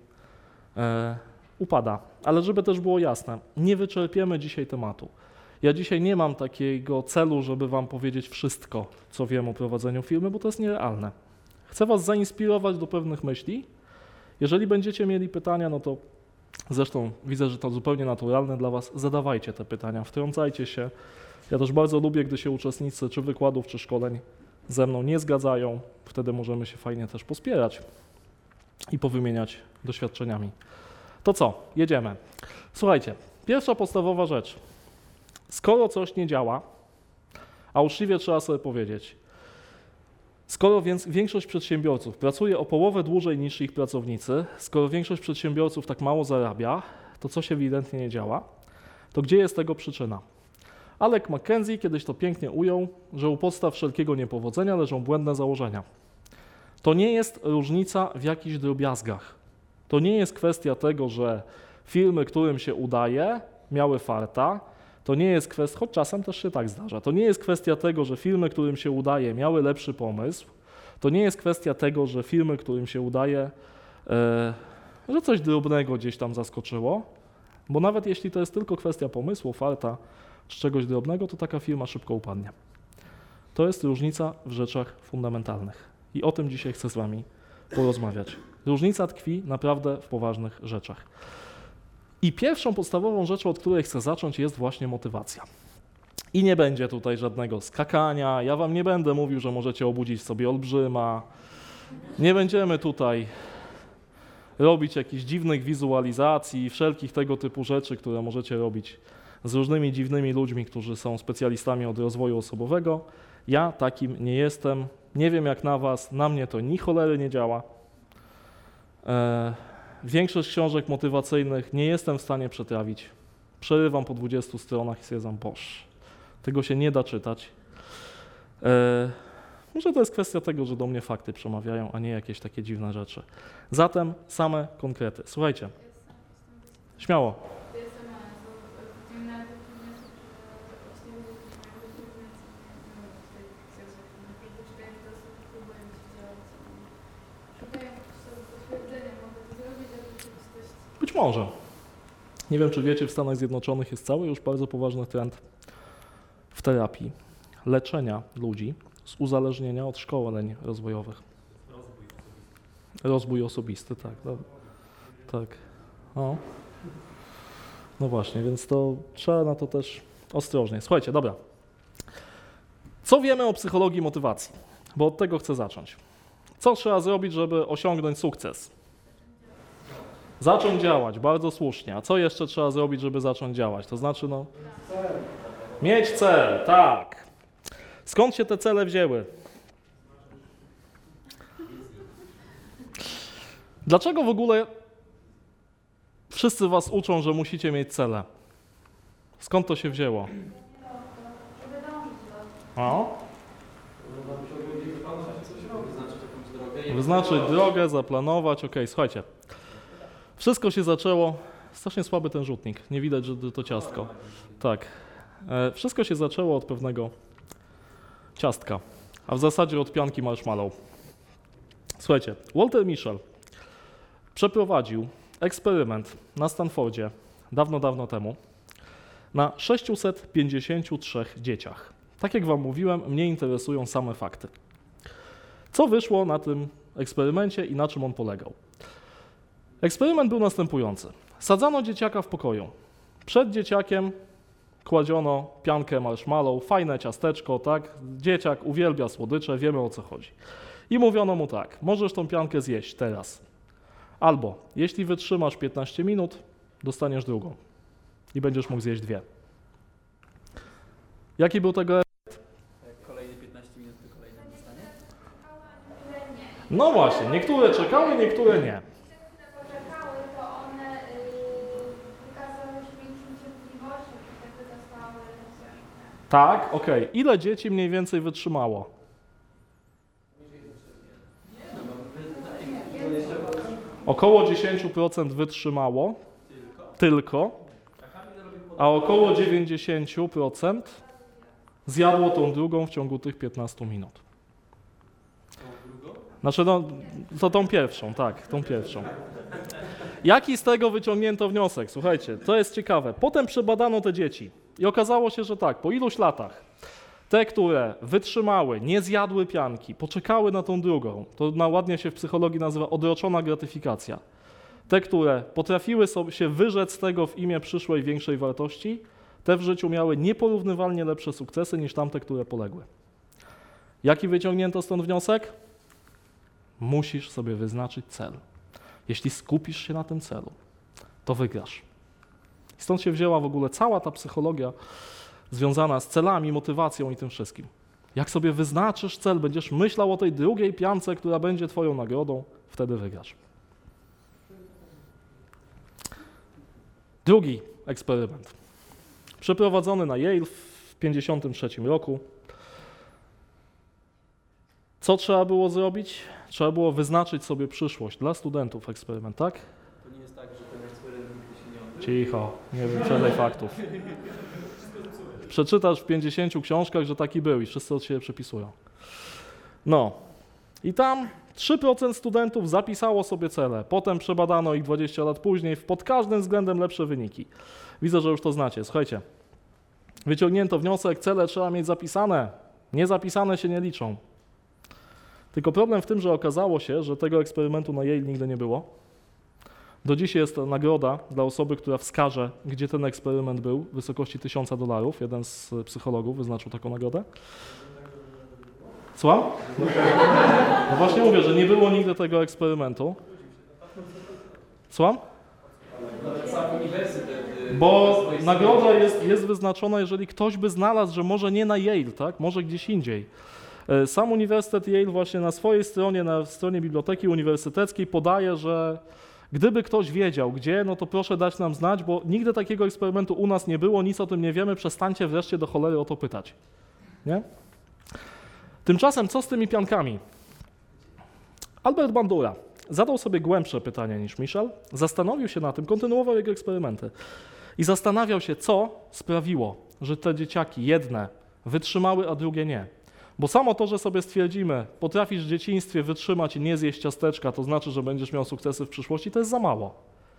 e, upada. Ale żeby też było jasne, nie wyczerpiemy dzisiaj tematu. Ja dzisiaj nie mam takiego celu, żeby wam powiedzieć wszystko, co wiem o prowadzeniu firmy, bo to jest nierealne. Chcę was zainspirować do pewnych myśli. Jeżeli będziecie mieli pytania, no to zresztą widzę, że to zupełnie naturalne dla was, zadawajcie te pytania, wtrącajcie się. Ja też bardzo lubię, gdy się uczestnicy czy wykładów, czy szkoleń ze mną nie zgadzają. Wtedy możemy się fajnie też pospierać i powymieniać doświadczeniami. To co? Jedziemy. Słuchajcie, pierwsza podstawowa rzecz. Skoro coś nie działa, a uczciwie trzeba sobie powiedzieć, skoro więc większość przedsiębiorców pracuje o połowę dłużej niż ich pracownicy, skoro większość przedsiębiorców tak mało zarabia, to coś ewidentnie nie działa, to gdzie jest tego przyczyna? Alec McKenzie kiedyś to pięknie ujął, że u podstaw wszelkiego niepowodzenia leżą błędne założenia. To nie jest różnica w jakichś drobiazgach. To nie jest kwestia tego, że firmy, którym się udaje, miały farta. To nie jest kwestia, choć czasem też się tak zdarza, to nie jest kwestia tego, że firmy, którym się udaje, miały lepszy pomysł. To nie jest kwestia tego, że firmy, którym się udaje, e, że coś drobnego gdzieś tam zaskoczyło. Bo nawet jeśli to jest tylko kwestia pomysłu, farta czy czegoś drobnego, to taka firma szybko upadnie. To jest różnica w rzeczach fundamentalnych. I o tym dzisiaj chcę z wami porozmawiać. Różnica tkwi naprawdę w poważnych rzeczach. I pierwszą podstawową rzeczą, od której chcę zacząć, jest właśnie motywacja. I nie będzie tutaj żadnego skakania, ja wam nie będę mówił, że możecie obudzić sobie olbrzyma. Nie będziemy tutaj robić jakichś dziwnych wizualizacji, wszelkich tego typu rzeczy, które możecie robić z różnymi dziwnymi ludźmi, którzy są specjalistami od rozwoju osobowego. Ja takim nie jestem, nie wiem jak na was, na mnie to ni cholery nie działa. E Większość książek motywacyjnych nie jestem w stanie przetrawić. Przerywam po dwudziestu stronach i stwierdzam, boż, tego się nie da czytać. E, może to jest kwestia tego, że do mnie fakty przemawiają, a nie jakieś takie dziwne rzeczy. Zatem same konkrety. Słuchajcie, śmiało. Być może. Nie wiem, czy wiecie, w Stanach Zjednoczonych jest cały już bardzo poważny trend w terapii leczenia ludzi z uzależnienia od szkoleń rozwojowych. Rozwój osobisty, tak. No, tak. O. No właśnie, więc to trzeba na to też ostrożnie. Słuchajcie, dobra. Co wiemy o psychologii motywacji? Bo od tego chcę zacząć. Co trzeba zrobić, żeby osiągnąć sukces? Zacząć działać, bardzo słusznie. A co jeszcze trzeba zrobić, żeby zacząć działać? To znaczy, no... Mieć cel, tak. Skąd się te cele wzięły? Dlaczego w ogóle wszyscy was uczą, że musicie mieć cele? Skąd to się wzięło? O? Wyznaczyć drogę, zaplanować, okej, słuchajcie. Wszystko się zaczęło, strasznie słaby ten rzutnik, nie widać, że to ciastko. Tak, e, wszystko się zaczęło od pewnego ciastka, a w zasadzie od pianki marshmallow. Słuchajcie, Walter Mischel przeprowadził eksperyment na Stanfordzie dawno, dawno temu na sześciuset pięćdziesięciu trzech dzieciach. Tak jak wam mówiłem, mnie interesują same fakty. Co wyszło na tym eksperymencie i na czym on polegał? Eksperyment był następujący. Sadzano dzieciaka w pokoju. Przed dzieciakiem kładziono piankę marshmallow, fajne ciasteczko, tak? Dzieciak uwielbia słodycze, wiemy o co chodzi. I mówiono mu tak, możesz tą piankę zjeść teraz. Albo, jeśli wytrzymasz piętnaście minut, dostaniesz drugą. I będziesz mógł zjeść dwie. Jaki był tego efekt? Kolejne piętnaście minut, to kolejne dostanie? No właśnie, niektóre czekały, niektóre nie. Poczekały, to one yy, wykazały się większą cierpliwością i wtedy dostały. Tak, okej. Ile dzieci mniej więcej wytrzymało? Około dziesięć procent wytrzymało, tylko, a około dziewięćdziesiąt procent zjadło tą drugą w ciągu tych piętnastu minut. Znaczy, no, to tą pierwszą, tak, tą pierwszą. Jaki z tego wyciągnięto wniosek? Słuchajcie, to jest ciekawe. Potem przebadano te dzieci i okazało się, że tak, po iluś latach te, które wytrzymały, nie zjadły pianki, poczekały na tą drugą, to na ładnie się w psychologii nazywa odroczona gratyfikacja. Te, które potrafiły sobie się wyrzec z tego w imię przyszłej większej wartości, te w życiu miały nieporównywalnie lepsze sukcesy niż tamte, które poległy. Jaki wyciągnięto stąd wniosek? Musisz sobie wyznaczyć cel. Jeśli skupisz się na tym celu, to wygrasz. Stąd się wzięła w ogóle cała ta psychologia związana z celami, motywacją i tym wszystkim. Jak sobie wyznaczysz cel, będziesz myślał o tej drugiej piance, która będzie twoją nagrodą, wtedy wygrasz. Drugi eksperyment. Przeprowadzony na Yale w tysiąc dziewięćset pięćdziesiątym trzecim roku. Co trzeba było zrobić? Trzeba było wyznaczyć sobie przyszłość dla studentów eksperyment, tak? To nie jest tak, że ten eksperyment nigdy się nie odbył. Cicho, nie wyprzedzaj faktów. Przeczytasz w pięćdziesięciu książkach, że taki był i wszyscy od siebie przepisują. No i tam trzy procent studentów zapisało sobie cele. Potem przebadano ich dwadzieścia lat później, pod każdym względem lepsze wyniki. Widzę, że już to znacie. Słuchajcie, wyciągnięto wniosek, cele trzeba mieć zapisane. Niezapisane się nie liczą. Tylko problem w tym, że okazało się, że tego eksperymentu na Yale nigdy nie było. Do dziś jest nagroda dla osoby, która wskaże, gdzie ten eksperyment był, w wysokości tysiąca dolarów. Jeden z psychologów wyznaczył taką nagrodę. Słucham? No właśnie mówię, że nie było nigdy tego eksperymentu. Słucham? Nawet sam uniwersytet. y, Bo swoich nagroda studiów- jest, jest wyznaczona, jeżeli ktoś by znalazł, że może nie na Yale, tak? Może gdzieś indziej. E, Sam Uniwersytet Yale właśnie na swojej stronie, na stronie Biblioteki Uniwersyteckiej podaje, że gdyby ktoś wiedział gdzie, no to proszę dać nam znać, bo nigdy takiego eksperymentu u nas nie było, nic o tym nie wiemy, przestańcie wreszcie do cholery o to pytać. Nie? Tymczasem co z tymi piankami? Albert Bandura zadał sobie głębsze pytanie niż Michel, zastanowił się na tym, kontynuował jego eksperymenty i zastanawiał się, co sprawiło, że te dzieciaki jedne wytrzymały, a drugie nie. Bo samo to, że sobie stwierdzimy, potrafisz w dzieciństwie wytrzymać i nie zjeść ciasteczka, to znaczy, że będziesz miał sukcesy w przyszłości, to jest za mało.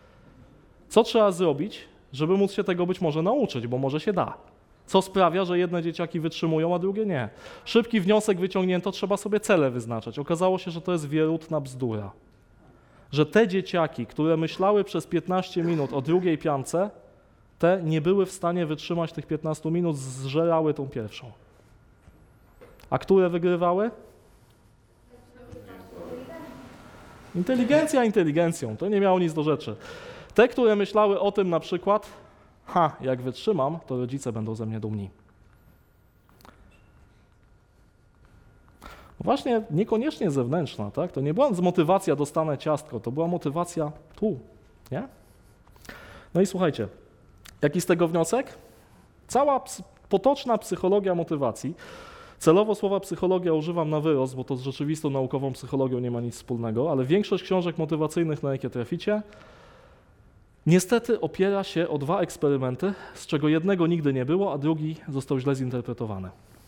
Co trzeba zrobić, żeby móc się tego być może nauczyć, bo może się da. Co sprawia, że jedne dzieciaki wytrzymują, a drugie nie. Szybki wniosek wyciągnięto, trzeba sobie cele wyznaczać. Okazało się, że to jest wierutna bzdura. Że te dzieciaki, które myślały przez piętnaście minut o drugiej piance, te nie były w stanie wytrzymać tych piętnastu minut, zżerały tą pierwszą. A które wygrywały? Inteligencja inteligencją, to nie miało nic do rzeczy. Te, które myślały o tym na przykład, ha, jak wytrzymam, to rodzice będą ze mnie dumni. Właśnie niekoniecznie zewnętrzna, tak? To nie była motywacja dostanę ciastko, to była motywacja tu, nie? No i słuchajcie, jaki z tego wniosek? Cała ps- potoczna psychologia motywacji, celowo słowa psychologia używam na wyrost, bo to z rzeczywistą naukową psychologią nie ma nic wspólnego, ale większość książek motywacyjnych, na jakie traficie, niestety opiera się o dwa eksperymenty, z czego jednego nigdy nie było, a drugi został źle zinterpretowany.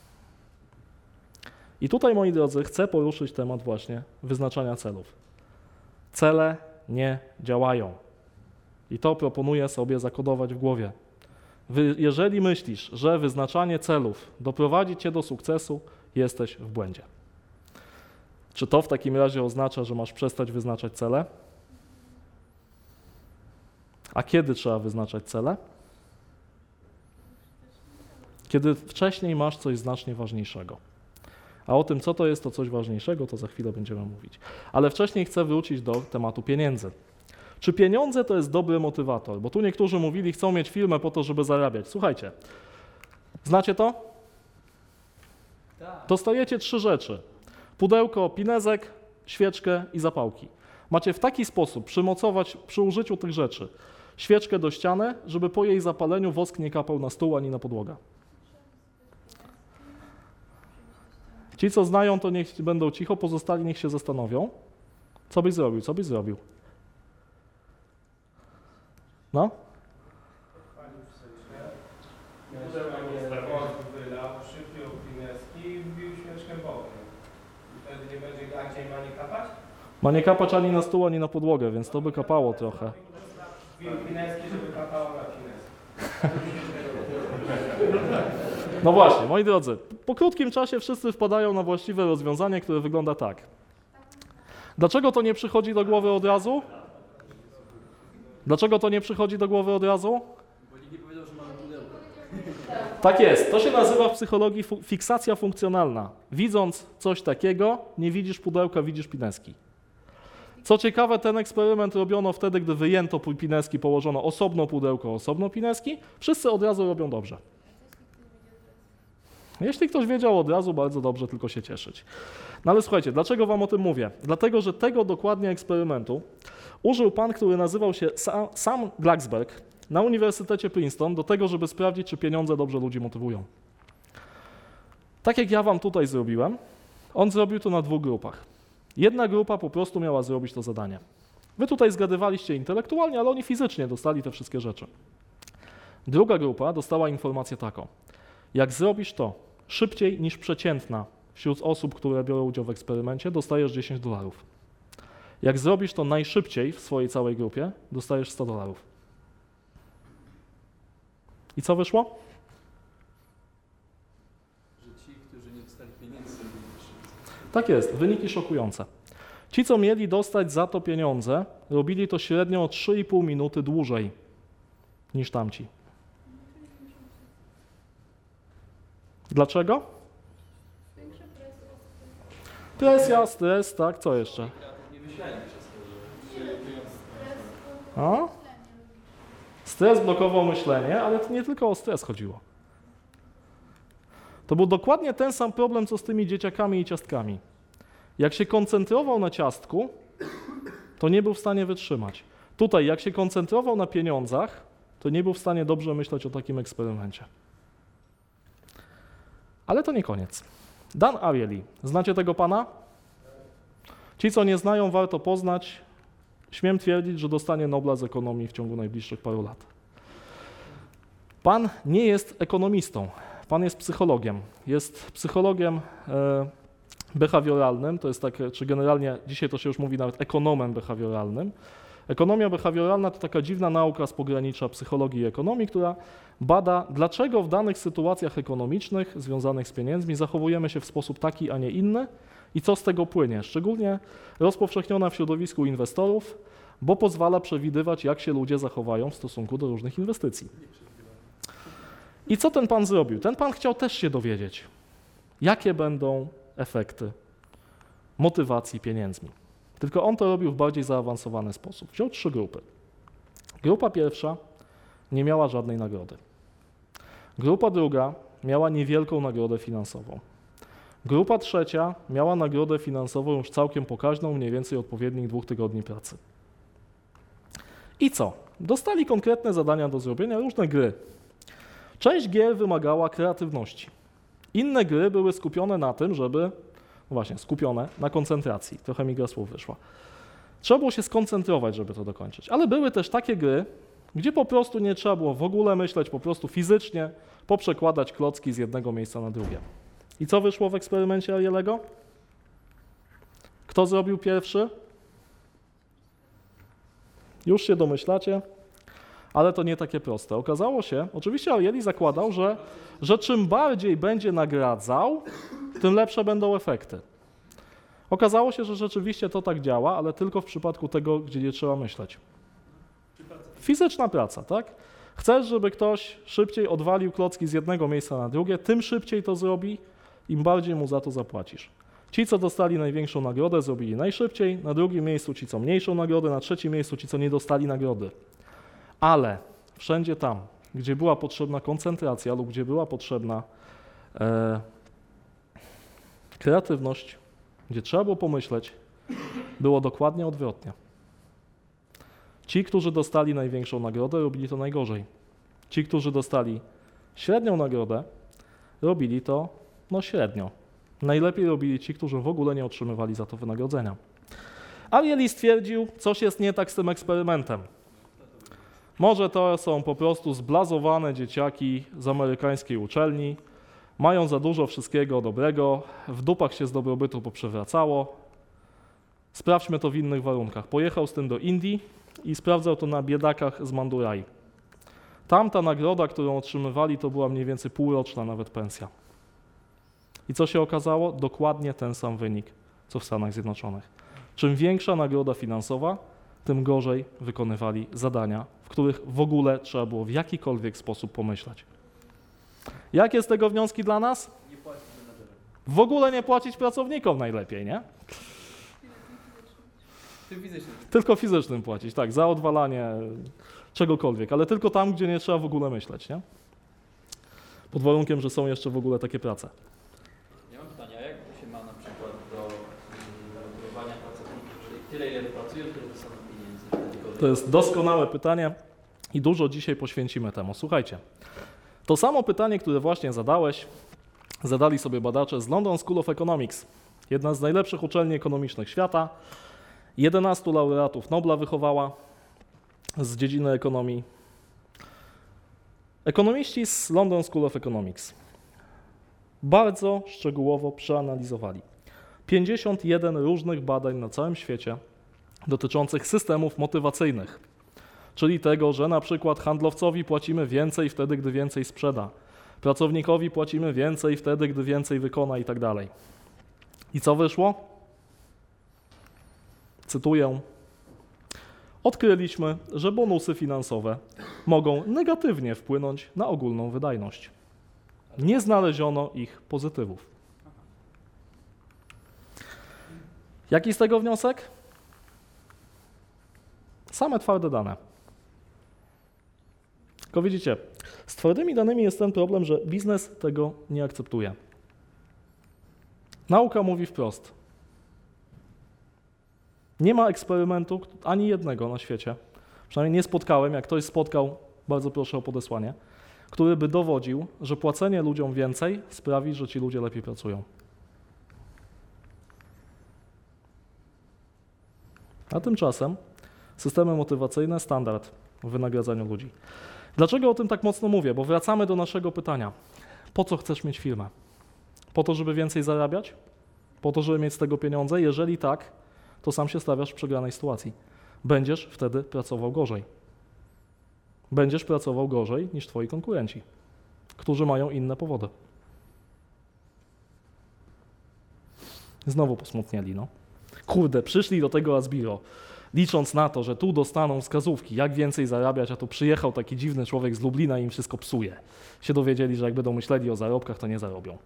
I tutaj, moi drodzy, chcę poruszyć temat właśnie wyznaczania celów. Cele nie działają. I to proponuję sobie zakodować w głowie. Wy, jeżeli myślisz, że wyznaczanie celów doprowadzi cię do sukcesu, jesteś w błędzie. Czy to w takim razie oznacza, że masz przestać wyznaczać cele? A kiedy trzeba wyznaczać cele? Kiedy wcześniej masz coś znacznie ważniejszego. A o tym, co to jest to coś ważniejszego, to za chwilę będziemy mówić. Ale wcześniej chcę wrócić do tematu pieniędzy. Czy pieniądze to jest dobry motywator? Bo tu niektórzy mówili, chcą mieć firmę po to, żeby zarabiać. Słuchajcie, znacie to? Tak. Dostajecie trzy rzeczy. Pudełko, pinezek, świeczkę i zapałki. Macie w taki sposób przymocować przy użyciu tych rzeczy świeczkę do ściany, żeby po jej zapaleniu wosk nie kapał na stół ani na podłogę. Ci, co znają, to niech będą cicho, pozostali niech się zastanowią. Co byś zrobił? Co byś zrobił? No? Palił wsteczne, mieszkanie wozu wylał, przypiął pineski i wbił śmieszkiem bokiem. I wtedy nie będzie gdzie ma nie kapać? Ma nie kapać ani na stół, ani na podłogę, więc to by kapało trochę. Wbił pineski, żeby kapało na pineski. No właśnie, moi drodzy, po krótkim czasie wszyscy wpadają na właściwe rozwiązanie, które wygląda tak. Dlaczego to nie przychodzi do głowy od razu? Dlaczego to nie przychodzi do głowy od razu? Bo nikt nie powiedział, że mamy pudełko. Tak jest, to się nazywa w psychologii fu- fiksacja funkcjonalna. Widząc coś takiego, nie widzisz pudełka, widzisz pineski. Co ciekawe, ten eksperyment robiono wtedy, gdy wyjęto pu- pineski, położono osobno pudełko, osobno pineski. Wszyscy od razu robią dobrze. Jeśli ktoś wiedział od razu, bardzo dobrze, tylko się cieszyć. No ale słuchajcie, dlaczego wam o tym mówię? Dlatego, że tego dokładnie eksperymentu użył pan, który nazywał się Sa- Sam Glaxberg na Uniwersytecie Princeton do tego, żeby sprawdzić, czy pieniądze dobrze ludzi motywują. Tak jak ja wam tutaj zrobiłem, on zrobił to na dwóch grupach. Jedna grupa po prostu miała zrobić to zadanie. Wy tutaj zgadywaliście intelektualnie, ale oni fizycznie dostali te wszystkie rzeczy. Druga grupa dostała informację taką. Jak zrobisz to szybciej niż przeciętna wśród osób, które biorą udział w eksperymencie, dostajesz dziesięć dolarów. Jak zrobisz to najszybciej w swojej całej grupie, dostajesz sto dolarów. I co wyszło? Że ci, którzy nie dostali pieniędzy, byli szybcy. Tak jest, wyniki szokujące. Ci, co mieli dostać za to pieniądze, robili to średnio o trzy i pół minuty dłużej niż tamci. Dlaczego? Presja, stres, tak, co jeszcze? Nie myśleli przez to, że... A? Stres blokował myślenie, ale to nie tylko o stres chodziło. To był dokładnie ten sam problem, co z tymi dzieciakami i ciastkami. Jak się koncentrował na ciastku, to nie był w stanie wytrzymać. Tutaj, jak się koncentrował na pieniądzach, to nie był w stanie dobrze myśleć o takim eksperymencie. Ale to nie koniec. Dan Ariely. Znacie tego pana? Ci, co nie znają, warto poznać. Śmiem twierdzić, że dostanie Nobla z ekonomii w ciągu najbliższych paru lat. Pan nie jest ekonomistą. Pan jest psychologiem. Jest psychologiem e, behawioralnym, to jest takie, czy generalnie dzisiaj to się już mówi nawet ekonomem behawioralnym. Ekonomia behawioralna to taka dziwna nauka z pogranicza psychologii i ekonomii, która bada, dlaczego w danych sytuacjach ekonomicznych związanych z pieniędzmi zachowujemy się w sposób taki, a nie inny i co z tego płynie. Szczególnie rozpowszechniona w środowisku inwestorów, bo pozwala przewidywać, jak się ludzie zachowają w stosunku do różnych inwestycji. I co ten pan zrobił? Ten pan chciał też się dowiedzieć, jakie będą efekty motywacji pieniędzmi. Tylko on to robił w bardziej zaawansowany sposób. Wziął trzy grupy. Grupa pierwsza nie miała żadnej nagrody. Grupa druga miała niewielką nagrodę finansową. Grupa trzecia miała nagrodę finansową już całkiem pokaźną, mniej więcej odpowiednich dwóch tygodni pracy. I co? Dostali konkretne zadania do zrobienia, różne gry. Część gier wymagała kreatywności. Inne gry były skupione na tym, żeby, no właśnie, skupione na koncentracji. Trochę mi gra słów wyszła. Trzeba było się skoncentrować, żeby to dokończyć. Ale były też takie gry, gdzie po prostu nie trzeba było w ogóle myśleć, po prostu fizycznie poprzekładać klocki z jednego miejsca na drugie. I co wyszło w eksperymencie Ariely'ego? Kto zrobił pierwszy? Już się domyślacie, ale to nie takie proste. Okazało się, oczywiście Ariely zakładał, że, że czym bardziej będzie nagradzał, tym lepsze będą efekty. Okazało się, że rzeczywiście to tak działa, ale tylko w przypadku tego, gdzie nie trzeba myśleć. Fizyczna praca, tak? Chcesz, żeby ktoś szybciej odwalił klocki z jednego miejsca na drugie, tym szybciej to zrobi, im bardziej mu za to zapłacisz. Ci, co dostali największą nagrodę, zrobili najszybciej, na drugim miejscu ci, co mniejszą nagrodę, na trzecim miejscu ci, co nie dostali nagrody. Ale wszędzie tam, gdzie była potrzebna koncentracja lub gdzie była potrzebna e, kreatywność, gdzie trzeba było pomyśleć, było dokładnie odwrotnie. Ci, którzy dostali największą nagrodę, robili to najgorzej. Ci, którzy dostali średnią nagrodę, robili to no średnio. Najlepiej robili ci, którzy w ogóle nie otrzymywali za to wynagrodzenia. Ariely stwierdził, coś jest nie tak z tym eksperymentem. Może to są po prostu zblazowane dzieciaki z amerykańskiej uczelni, mają za dużo wszystkiego dobrego, w dupach się z dobrobytu poprzewracało. Sprawdźmy to w innych warunkach. Pojechał z tym do Indii i sprawdzał to na biedakach z Mandurai. Tamta nagroda, którą otrzymywali, to była mniej więcej półroczna nawet pensja. I co się okazało? Dokładnie ten sam wynik, co w Stanach Zjednoczonych. Czym większa nagroda finansowa, tym gorzej wykonywali zadania, w których w ogóle trzeba było w jakikolwiek sposób pomyśleć. Jakie z tego wnioski dla nas? Nie płacić menadżerem. W ogóle nie płacić pracownikom najlepiej, nie? Ty fizycznie. Tylko fizycznym płacić, tak, za odwalanie czegokolwiek, ale tylko tam, gdzie nie trzeba w ogóle myśleć, nie? Pod warunkiem, że są jeszcze w ogóle takie prace. Ja mam pytanie, a jak to się ma na przykład do motywowania pracowników? Czyli tyle, ile pracują, tyle dostaną pieniędzy. Tylko To jest doskonałe pytanie i dużo dzisiaj poświęcimy temu. Słuchajcie, to samo pytanie, które właśnie zadałeś, zadali sobie badacze z London School of Economics, jedna z najlepszych uczelni ekonomicznych świata, jedenastu laureatów Nobla wychowała z dziedziny ekonomii. Ekonomiści z London School of Economics bardzo szczegółowo przeanalizowali pięćdziesiąt jeden różnych badań na całym świecie dotyczących systemów motywacyjnych, czyli tego, że na przykład handlowcowi płacimy więcej wtedy, gdy więcej sprzeda, pracownikowi płacimy więcej wtedy, gdy więcej wykona i tak dalej. I co wyszło? Cytuję. Odkryliśmy, że bonusy finansowe mogą negatywnie wpłynąć na ogólną wydajność. Nie znaleziono ich pozytywów. Jaki z tego wniosek? Same twarde dane. Tylko widzicie, z twardymi danymi jest ten problem, że biznes tego nie akceptuje. Nauka mówi wprost. Nie ma eksperymentu, ani jednego na świecie, przynajmniej nie spotkałem, jak ktoś spotkał, bardzo proszę o podesłanie, który by dowodził, że płacenie ludziom więcej sprawi, że ci ludzie lepiej pracują. A tymczasem systemy motywacyjne, standard w wynagradzaniu ludzi. Dlaczego o tym tak mocno mówię? Bo wracamy do naszego pytania. Po co chcesz mieć firmę? Po to, żeby więcej zarabiać? Po to, żeby mieć z tego pieniądze? Jeżeli tak, to sam się stawiasz w przegranej sytuacji. Będziesz wtedy pracował gorzej. Będziesz pracował gorzej niż twoi konkurenci, którzy mają inne powody. Znowu posmutnieli, no. Kurde, przyszli do tego Asbiro, licząc na to, że tu dostaną wskazówki, jak więcej zarabiać, a tu przyjechał taki dziwny człowiek z Lublina i im wszystko psuje. Się dowiedzieli, że jak będą myśleli o zarobkach, to nie zarobią.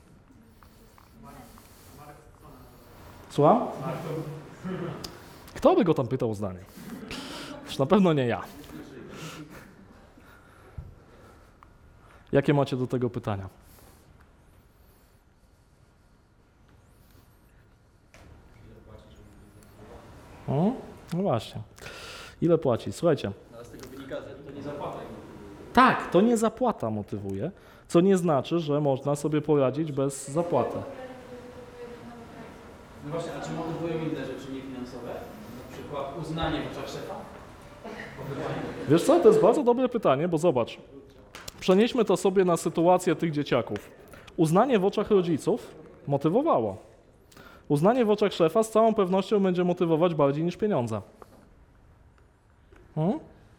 Słucham? Kto by go tam pytał o zdanie? Już na pewno nie ja. Jakie macie do tego pytania? O, no właśnie. Ile płacić? Słuchajcie. Ale z tego wynika, że to nie zapłata. Tak, to nie zapłata motywuje, co nie znaczy, że można sobie poradzić bez zapłaty. No właśnie, a czy motywują inne rzeczy niefinansowe? Na przykład uznanie w oczach szefa? Wiesz co, to jest bardzo dobre pytanie, bo zobacz. Przenieśmy to sobie na sytuację tych dzieciaków. Uznanie w oczach rodziców motywowało. Uznanie w oczach szefa z całą pewnością będzie motywować bardziej niż pieniądze. Hmm?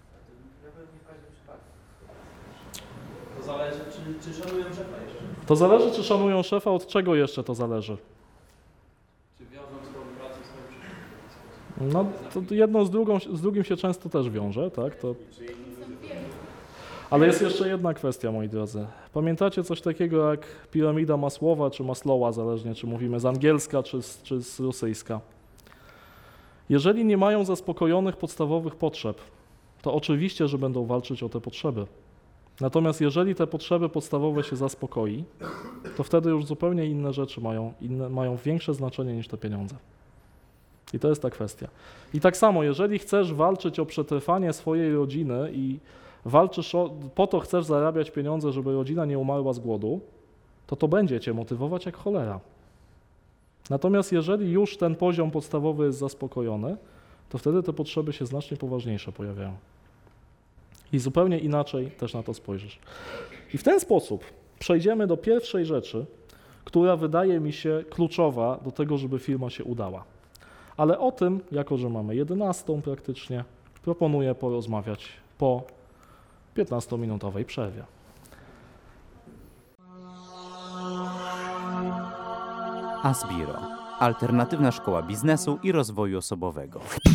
To zależy, czy, czy szanują szefa jeszcze? To zależy, czy szanują szefa, od czego jeszcze to zależy. Czy wiążą swoją pracę z swoją No, to jedno z, drugą, z drugim się często też wiąże, tak? To... Ale jest jeszcze jedna kwestia, moi drodzy. Pamiętacie coś takiego jak piramida Masłowa czy Maslowa, zależnie czy mówimy z angielska czy z, czy z rosyjska. Jeżeli nie mają zaspokojonych podstawowych potrzeb, to oczywiście, że będą walczyć o te potrzeby. Natomiast jeżeli te potrzeby podstawowe się zaspokoi, to wtedy już zupełnie inne rzeczy mają, inne, mają większe znaczenie niż te pieniądze. I to jest ta kwestia. I tak samo, jeżeli chcesz walczyć o przetrwanie swojej rodziny i walczysz o, po to chcesz zarabiać pieniądze, żeby rodzina nie umarła z głodu, to to będzie cię motywować jak cholera. Natomiast jeżeli już ten poziom podstawowy jest zaspokojony, to wtedy te potrzeby się znacznie poważniejsze pojawiają. i zupełnie inaczej też na to spojrzysz. I w ten sposób przejdziemy do pierwszej rzeczy, która wydaje mi się kluczowa do tego, żeby firma się udała. Ale o tym, jako że mamy jedenastą praktycznie, proponuję porozmawiać po piętnastominutowej przerwie. Asbiro. Alternatywna szkoła biznesu i rozwoju osobowego.